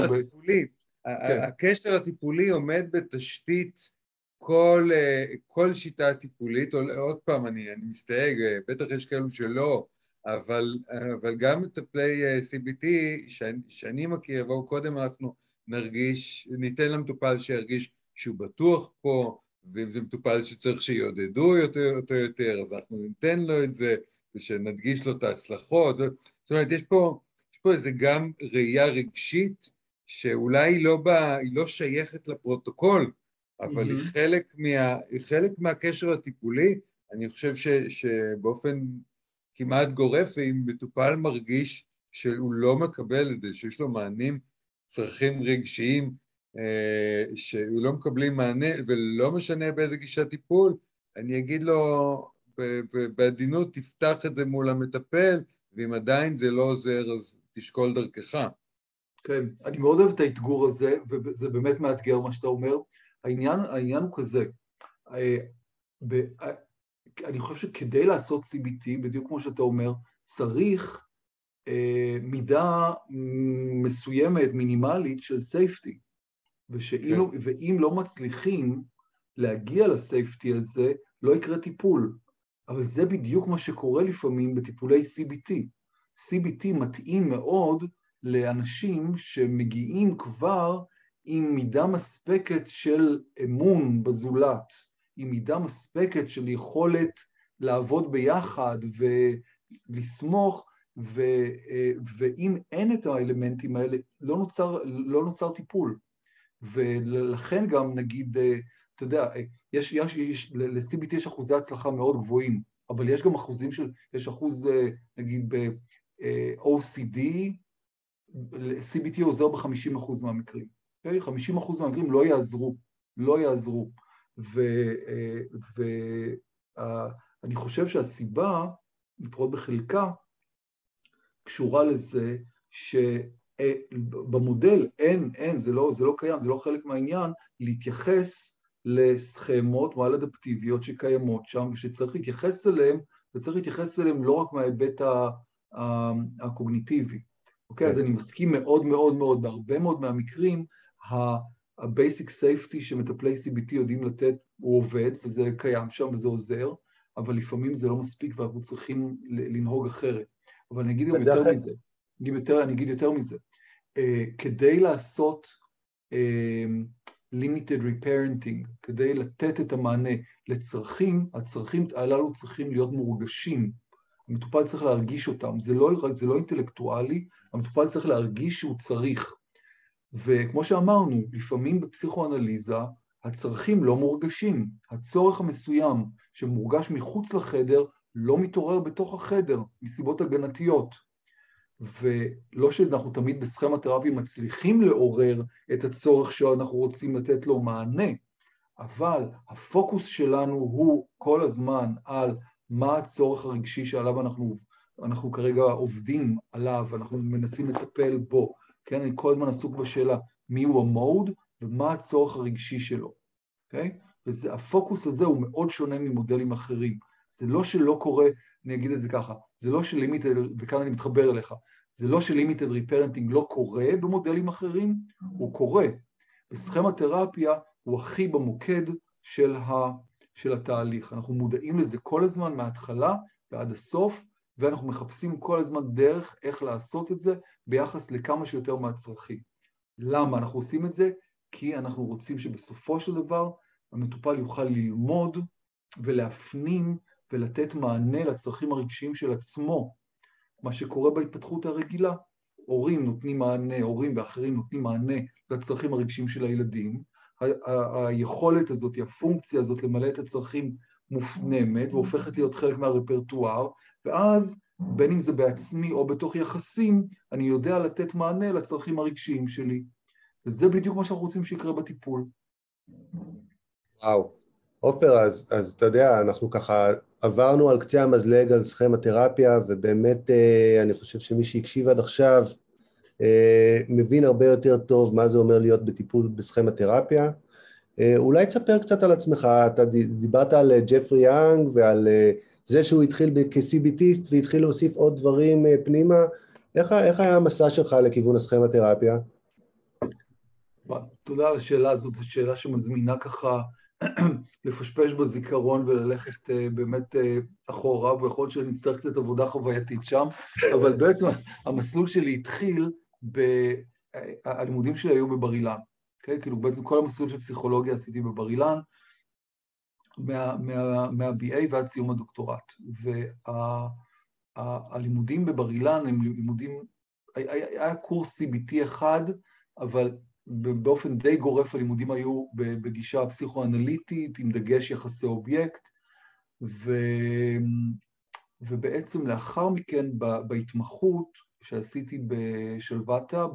הקשר הטיפולי עומד בתשתית כל שיטה טיפולית, עוד פעם אני מסתייג, בטח יש כאלו שלא, אבל גם מטפלי CBT שאני מכיר, אבל קודם אנחנו ניתן למטופל שירגיש שהוא בטוח פה, ואם זה מטופל שצריך שיעודדו אותו יותר, אז אנחנו ניתן לו את זה, ושנדגיש לו את ההצלחות. זאת אומרת, יש פה איזה גם ראייה רגשית, שאולי היא לא שייכת לפרוטוקול, אבל היא חלק מהקשר הטיפולי. אני חושב שבאופן כמעט גורף, אם מטופל מרגיש שהוא לא מקבל את זה, שיש לו מענים, צרכים רגשיים, שהוא לא מקבלים מענה, ולא משנה באיזה גישת טיפול, אני אגיד לו בעדינות, תפתח את זה מול המטפל, ואם עדיין זה לא עוזר, אז תשקול דרכך. כן, אני מאוד אוהב את האתגור הזה, וזה באמת מאתגר מה שאתה אומר. העניין הוא כזה, אני חושב שכדי לעשות CBT, בדיוק כמו שאתה אומר, צריך מידה מסוימת, מינימלית של safety, ואם לא מצליחים להגיע לסייפטי הזה, לא יקרה טיפול. אבל זה בדיוק מה שקורה לפעמים בטיפולי CBT. CBT מתאים מאוד לאנשים שמגיעים כבר עם מידה מספקת של אמון בזולת, עם מידה מספקת של יכולת לעבוד ביחד ולסמוך, ואם אין את האלמנטים האלה, לא נוצר טיפול. ולכן גם נגיד, אתה יודע, ל-CBT יש אחוזי הצלחה מאוד גבוהים, אבל יש גם יש אחוז, נגיד ב-OCD, CBT עוזר ב-50% מהמקרים. 50% מהמקרים לא יעזרו. ואני חושב שהסיבה, לפחות בחלקה, קשורה לזה שבמודל זה לא קיים, זה לא חלק מהעניין, להתייחס לסכמות מעל אדפטיביות שקיימות שם, ושצריך להתייחס אליהם, וצריך להתייחס אליהם לא רק מההיבט הקוגניטיבי. אוקיי, אז אני מסכים מאוד מאוד מאוד, בהרבה מאוד מהמקרים, ה-basic safety שמטפלי CBT יודעים לתת, הוא עובד, וזה קיים שם וזה עוזר, אבל לפעמים זה לא מספיק ואנחנו צריכים לנהוג אחרת. אבל אני אגיד גם יותר מזה. כדי לעשות limited reparenting, כדי לתת את המענה לצרכים, הצרכים הללו צריכים להיות מורגשים. המטופל צריך להרגיש אותם, זה לא אינטלקטואלי, המטופל צריך להרגיש שהוא צריך. וכמו שאמרנו, לפעמים בפסיכואנליזה, הצרכים לא מורגשים. הצורך המסוים שמורגש מחוץ לחדר, לא מתעורר בתוך החדר, מסיבות הגנתיות. ולא שאנחנו תמיד בסכמה תרפיה מצליחים לעורר את הצורך שאנחנו רוצים לתת לו מענה, אבל הפוקוס שלנו הוא כל הזמן על מה הצורך הרגשי שעליו אנחנו כרגע עובדים עליו, אנחנו מנסים לטפל בו. כן, אני כל הזמן עסוק בשאלה מיהו המוד ומה הצורך הרגשי שלו. אוקיי? והפוקוס הזה הוא מאוד שונה ממודלים אחרים. זה לא שלא קורה, אני אגיד את זה ככה, זה לא שלימיטד, וכאן אני מתחבר אליך, זה לא שלימיטד ריפרנטינג לא קורה במודלים אחרים, הוא קורה. בסכמה תרפיה הוא הכי במוקד של התהליך. אנחנו מודעים לזה כל הזמן מההתחלה ועד הסוף, ואנחנו מחפשים כל הזמן דרך איך לעשות את זה ביחס לכמה שיותר מהצרכים. למה אנחנו עושים את זה? כי אנחנו רוצים שבסופו של דבר המטופל יוכל ללמוד ולהפנים ולתת מענה לצרכים הרגשיים של עצמו. מה שקורה בהתפתחות הרגילה, הורים נותנים מענה, הורים ואחרים נותנים מענה לצרכים הרגשיים של הילדים. היכולת הזאת, הפונקציה הזאת למלא את הצרכים מופנמת והופכת להיות חלק מהרפרטואר, ואז בין אם זה בעצמי או בתוך יחסים, אני יודע לתת מענה לצרכים הרגשיים שלי. וזה בדיוק מה שאנחנו רוצים שיקרה בטיפול. וואו. עופר, אז אתה יודע, אנחנו ככה עברנו על קצה המזלג על סכמתרפיה, ובאמת אני חושב שמי שהקשיב עד עכשיו מבין הרבה יותר טוב מה זה אומר להיות בטיפול בסכמתרפיה. אולי תספר קצת על עצמך, אתה דיברת על ג'פרי יאנג ועל זה שהוא התחיל כסיביטיסט והתחיל להוסיף עוד דברים פנימה. איך היה המסע שלך לכיוון הסכמתרפיה? תודה על השאלה הזאת, זו שאלה שמזמינה ככה לפשפש בזיכרון וללכת באמת אחורה, ויכול להיות שנצטרך קצת עבודה חווייתית שם, אבל בעצם המסלול שלי התחיל, הלימודים שלי היו בבר אילן, כאילו בעצם כל המסלול של פסיכולוגיה עשיתי בבר אילן, מה-BA ועד סיום הדוקטורט, והלימודים בבר אילן הם לימודים, היה קורס CBT אחד, אבל באופן די גורף הלימודים היו בגישה פסיכואנליטית, עם דגש יחסי אובייקט, ובעצם לאחר מכן בהתמחות שעשיתי בשלוותה,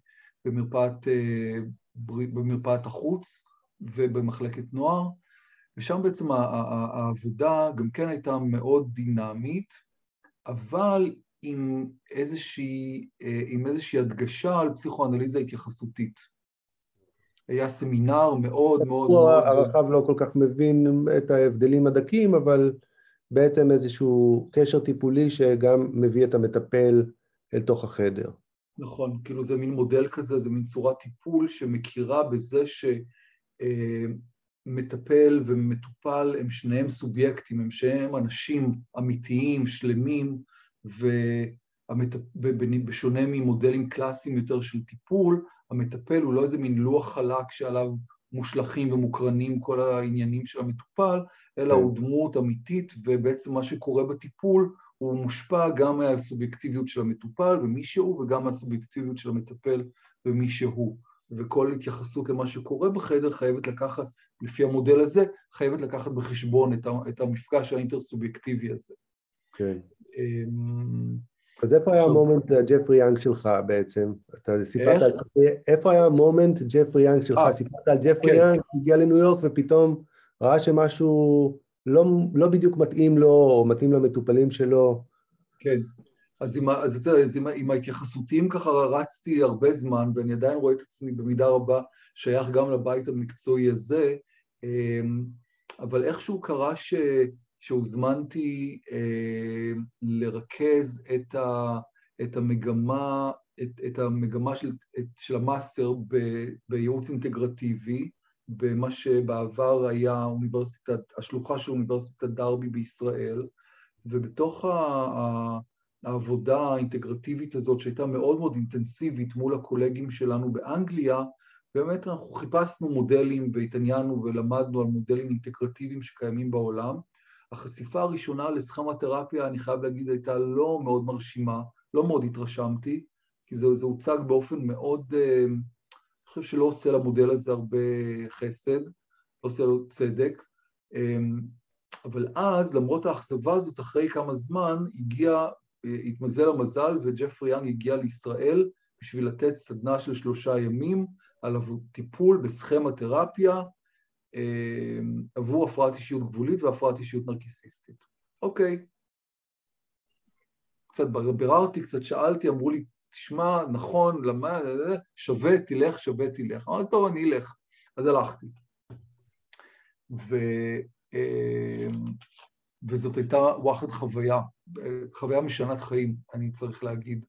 במרפאת החוץ ובמחלקת נוער, ושם בעצם העבודה גם כן הייתה מאוד דינמית, אבל עם איזושהי הדגשה על פסיכואנליזה התייחסותית. היה סמינר מאוד מאוד מאוד... הרחב לא כל כך מבין את ההבדלים הדקים, אבל בעצם איזשהו קשר טיפולי שגם מביא את המטפל אל תוך החדר. נכון, כאילו זה מין מודל כזה, זה מין צורת טיפול שמכירה בזה שמטפל ומטופל הם שניהם סובייקטים, הם שניהם אנשים אמיתיים, שלמים, ובשונה ממודלים קלאסיים יותר של טיפול, המטפל הוא לא איזה מין לוח חלק שעליו מושלכים ומוקרנים כל העניינים של המטופל, אלא הוא דמות אמיתית, ובעצם מה שקורה בטיפול הוא מושפע גם מהסובייקטיביות של המטופל ומי שהוא, וגם מהסובייקטיביות של המטפל ומי שהוא. וכל התייחסות למה שקורה בחדר חייבת לקחת, לפי המודל הזה, חייבת לקחת בחשבון את המפגש האינטרסובייקטיבי הזה. כן. אז איפה היה המומנט ג'פרי יאנג שלך בעצם? אתה סיפרת על... איפה היה המומנט ג'פרי יאנג שלך? סיפרת על ג'פרי יאנג, הגיע לניו יורק ופתאום ראה שמשהו לא בדיוק מתאים לו, או מתאים למטופלים שלו. כן. אז עם ההתייחסותיים ככה רצתי הרבה זמן, ואני עדיין רואה את עצמי במידה רבה שייך גם לבית המקצועי הזה, אבל איכשהו קרה שהוזמנתי לרכז את המגמה של המאסטר בייעוץ אינטגרטיבי, במה שבעבר היה השלוחה של אוניברסיטת דרבי בישראל, ובתוך העבודה האינטגרטיבית הזאת שהייתה מאוד מאוד אינטנסיבית מול הקולגים שלנו באנגליה, באמת אנחנו חיפשנו מודלים והתעניינו ולמדנו על מודלים אינטגרטיביים שקיימים בעולם. החשיפה הראשונה לסכמתרפיה, אני חייב להגיד, הייתה לא מאוד מרשימה, לא מאוד התרשמתי, כי זה הוצג באופן מאוד, אני חושב שלא עושה למודל הזה הרבה חסד, לא עושה לו צדק, אבל אז, למרות האכזבה הזאת, אחרי כמה זמן, התמזל המזל, וג'פרי יאנג הגיע לישראל בשביל לתת סדנה של 3 ימים על טיפול בסכמתרפיה, עבור הפרעת אישיות גבולית והפרעת אישיות נרקיסיסטית. אוקיי. קצת ביררתי, קצת שאלתי, אמרו לי, תשמע, נכון, למה, שווה, תלך. אמרתי, טוב, אני אלך. אז הלכתי. וזאת הייתה וואחד חוויה משנת חיים, אני צריך להגיד.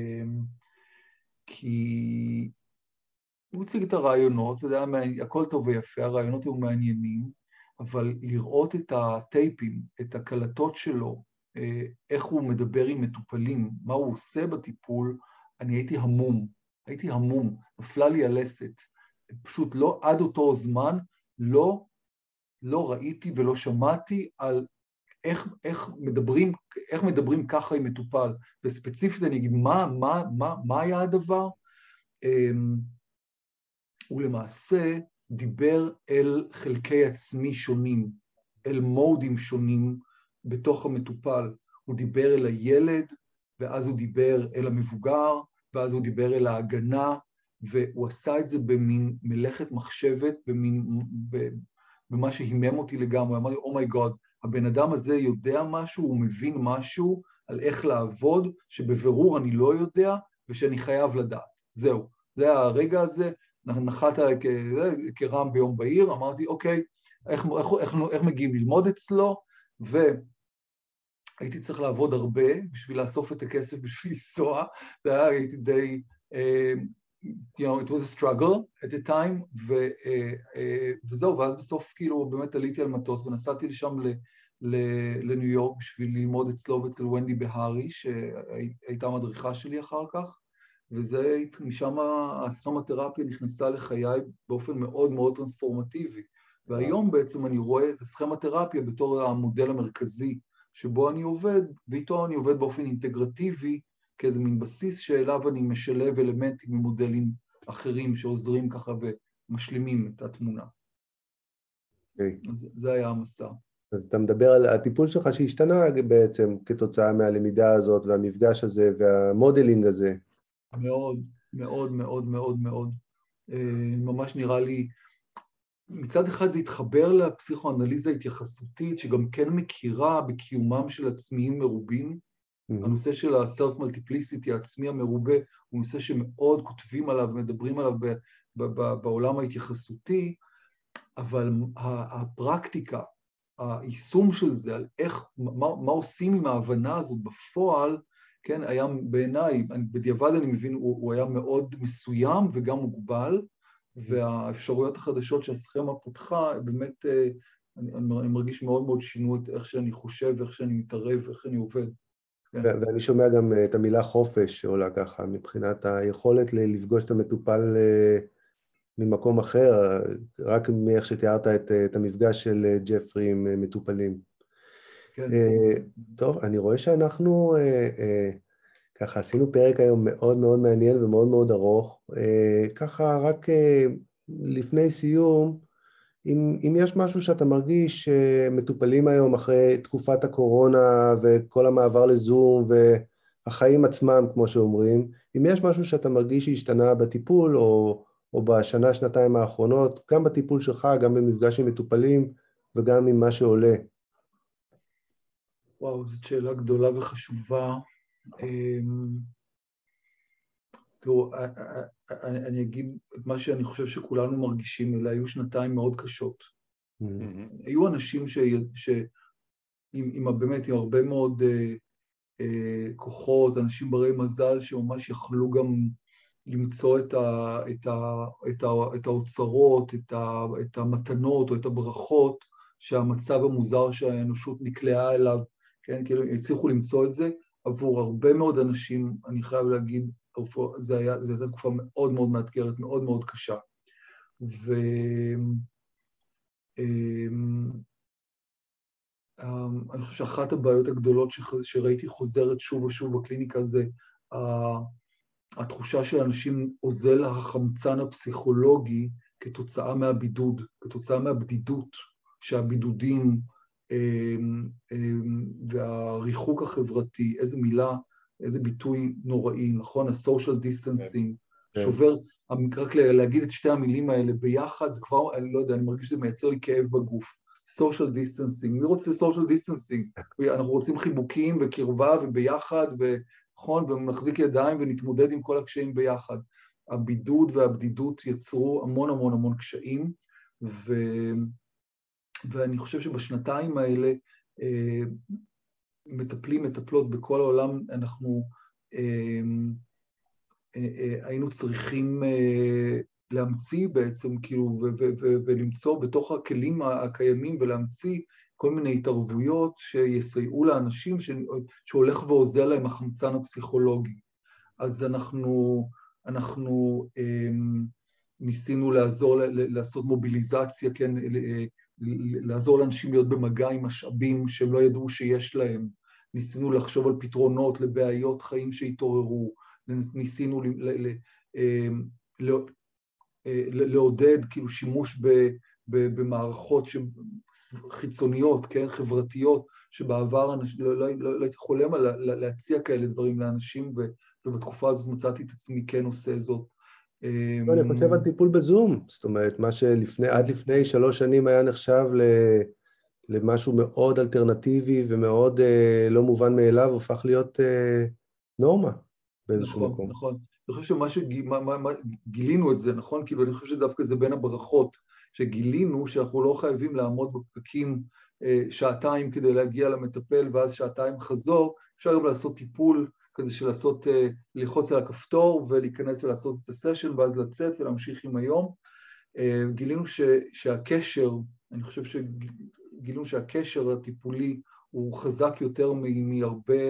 כי הוא הציג את הרעיונות, וזה היה הכל טוב ויפה, הרעיונות היו מעניינים, אבל לראות את הטייפים, את הקלטות שלו, איך הוא מדבר עם מטופלים, מה הוא עושה בטיפול, אני הייתי המום, נפלה לי הלסת. פשוט לא עד אותו זמן, לא ראיתי ולא שמעתי על איך מדברים ככה עם מטופל, וספציפית אני אגיד, מה היה הדבר? הוא למעשה דיבר אל חלקי עצמי שונים, אל מודים שונים בתוך המטופל. הוא דיבר אל הילד, ואז הוא דיבר אל המבוגר, ואז הוא דיבר אל ההגנה, והוא עשה את זה במין מלאכת מחשבת, במה שהימם אותי לגמרי. אמרתי, אומייגוד, הבן אדם הזה יודע משהו, הוא מבין משהו על איך לעבוד, שבבירור אני לא יודע, ושאני חייב לדעת. זהו, זה הרגע הזה, נחת כרם ביום בהיר, אמרתי, אוקיי, איך מגיעים ללמוד אצלו, והייתי צריך לעבוד הרבה בשביל לאסוף את הכסף, בשביל לנסוע, זה היה, הייתי די, it was a struggle at the time, וזהו, ואז בסוף כאילו באמת עליתי על מטוס, ונסעתי לשם לניו יורק בשביל ללמוד אצלו ואצל ונדי בהרי, שהייתה מדריכה שלי אחר כך, וזה, משם הסכמתרפיה נכנסה לחיי באופן מאוד מאוד טרנספורמטיבי. והיום בעצם אני רואה את הסכמתרפיה בתור המודל המרכזי שבו אני עובד, ואיתו אני עובד באופן אינטגרטיבי, כאיזה מין בסיס שאליו אני משלב אלמנטים ממודלים אחרים שעוזרים ככה ומשלימים את התמונה. אז זה היה המסע. אז אתה מדבר על הטיפול שלך שהשתנה בעצם כתוצאה מהלמידה הזאת והמפגש הזה והמודלינג הזה. מאוד, מאוד, מאוד, מאוד, מאוד. ממש נראה לי, מצד אחד זה התחבר לפסיכואנליזה התייחסותית, שגם כן מכירה בקיומם של עצמיים מרובים. הנושא של ה-self-multiplicity, העצמי המרובה, הוא נושא שמאוד כותבים עליו ומדברים עליו בעולם ההתייחסותי, אבל הפרקטיקה, היישום של זה, על איך, מה עושים עם ההבנה הזאת בפועל, כן, היה בעיניי, בדיעבד אני מבין, הוא היה מאוד מסוים וגם מוגבל, והאפשרויות החדשות שהסכמה פותחה, באמת, אני מרגיש מאוד מאוד שינו את איך שאני חושב, איך שאני מתערב, איך אני עובד. ואני שומע גם את המילה חופש שעולה ככה, מבחינת היכולת לפגוש את המטופל ממקום אחר, רק מאיך שתיארת את המפגש של ג'פרי עם מטופלים. כן. טוב, אני רואה שאנחנו ככה עשינו פרק היום מאוד מאוד מעניין ומאוד מאוד ארוך. ככה רק לפני סיום, אם יש משהו שאתה מרגיש שמטופלים היום אחרי תקופת הקורונה וכל המעבר לזום והחיים עצמם, כמו שאומרים, אם יש משהו שאתה מרגיש שהשתנה בטיפול או בשנה, שנתיים האחרונות, גם בטיפול שלך, גם במפגש עם מטופלים וגם עם מה שעולה. וואו, זאת שאלה גדולה וחשובה. תראו, אני אגיד את מה שאני חושב שכולנו מרגישים, אלה היו שנתיים מאוד קשות. היו אנשים באמת עם הרבה מאוד כוחות, אנשים ברי מזל שממש יכלו גם למצוא את האוצרות, את המתנות או את הברכות שהמצב המוזר שהאנושות נקלעה אליו, כן, כאילו הצליחו למצוא את זה. עבור הרבה מאוד אנשים, אני חייב להגיד, זו הייתה תקופה מאוד מאוד מאתגרת, מאוד מאוד קשה. אני חושב שאחת הבעיות הגדולות שראיתי חוזרת שוב ושוב בקליניקה זה התחושה של אנשים אוזל החמצן הפסיכולוגי כתוצאה מהבידוד, כתוצאה מהבדידות, שהבידודים והריחוק החברתי, איזה מילה, איזה ביטוי נוראי, נכון? ה-social distancing, שובר, רק להגיד את שתי המילים האלה ביחד, זה כבר, אני לא יודע, אני מרגיש שזה מייצר לי כאב בגוף. social distancing, מי רוצה social distancing? אנחנו רוצים חיבוקים וקרבה וביחד, נכון? ונחזיק ידיים ונתמודד עם כל הקשיים ביחד. הבידוד והבדידות יצרו המון המון המון קשיים, ואני חושב שבשנתיים האלה מטפלות בכל העולם, אנחנו היינו צריכים להמציא בעצם, כאילו, ולמצוא בתוך הכלים הקיימים ולהמציא כל מיני התערבויות שיסייעו לאנשים שהולך ועוזר להם החמצן הפסיכולוגי. אז אנחנו ניסינו לעשות מוביליזציה, כן, לעזור לאנשים להיות במגע עם משאבים שהם לא ידעו שיש להם. ניסינו לחשוב על פתרונות לבעיות חיים שהתעוררו. ניסינו לעודד כאילו שימוש במערכות חיצוניות, כן, חברתיות, שבעבר לא הייתי חולם להציע כאלה דברים לאנשים, ובתקופה הזאת מצאתי את עצמי כן עושה זאת. אני חושב על טיפול בזום, זאת אומרת, מה שעד לפני 3 שנים היה נחשב למשהו מאוד אלטרנטיבי ומאוד לא מובן מאליו, הופך להיות נורמה באיזשהו מקום. נכון. אני חושב גילינו את זה, נכון? כאילו אני חושב שדווקא זה בין הברכות, שגילינו שאנחנו לא חייבים לעמוד בפקקים 2 כדי להגיע למטפל, ואז 2 חזור, אפשר גם לעשות טיפול כזה של ללחוץ על הכפתור ולהיכנס ולעשות את הסשן, ואז לצאת ולהמשיך עם היום. גילינו שהקשר, אני חושב שגילינו שהקשר הטיפולי הוא חזק יותר מהרבה,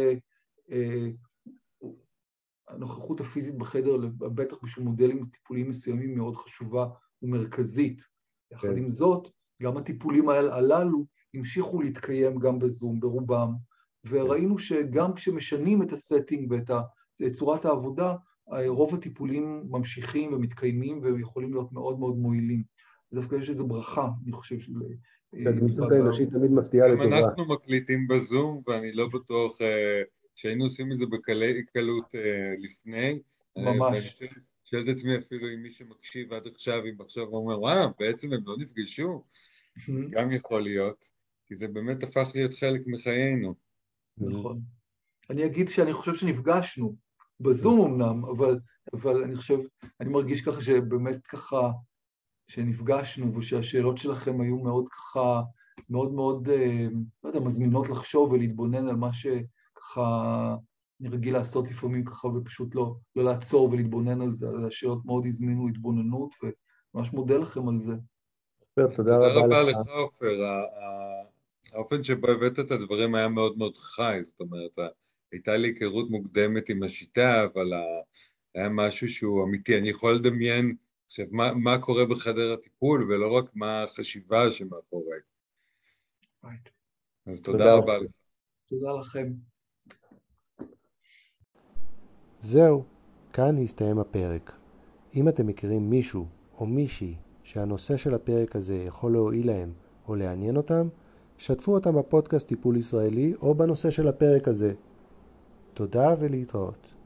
הנוכחות הפיזית בחדר, בטח בשביל מודלים טיפוליים מסוימים מאוד חשובה ומרכזית. יחד עם זאת, גם הטיפולים הללו המשיכו להתקיים גם בזום, ברובם, וראינו שגם כשמשנים את הסטינג ואת צורת העבודה, רוב הטיפולים ממשיכים ומתקיימים ויכולים להיות מאוד מאוד מועילים. אז דווקא יש איזו ברכה, אני חושב. הגמישות האנושית תמיד מפתיעה לטובה. גם אנחנו מקליטים בזום, ואני לא בטוח שהיינו עושים את זה בקלות לפני. ממש. אני שואל את עצמי אפילו אם מי שמקשיב עד עכשיו, אם עכשיו הוא אומר, וואו, בעצם הם לא נפגשו, גם יכול להיות, כי זה באמת הפך להיות חלק מחיינו. נכון. אני אגיד שאני חושב שנפגשנו, בזום אמנם, אבל אני מרגיש ככה שבאמת ככה, שנפגשנו, ושהשאלות שלכם היו מאוד ככה, מאוד מאוד, לא יודע, מזמינות לחשוב ולהתבונן על מה שככה אני רגיל לעשות לפעמים ככה, ופשוט לא לעצור ולהתבונן על זה. השאלות מאוד הזמינו התבוננות, וממש מודה לכם על זה. תודה רבה לך, עופר. האופן שבו הבאת את הדברים היה מאוד מאוד חי, זאת אומרת, הייתה לי היכרות מוקדמת עם השיטה, אבל היה משהו שהוא אמיתי. אני יכול לדמיין עכשיו מה קורה בחדר הטיפול, ולא רק מה החשיבה שמאחורי. אז תודה רבה לך. תודה לכם. זהו, כאן הסתיים הפרק. אם אתם מכירים מישהו או מישהי שהנושא של הפרק הזה יכול להועיל להם או לעניין אותם, שתפו אותם בפודקאסט טיפול ישראלי או בנושא של הפרק הזה. תודה ולהתראות.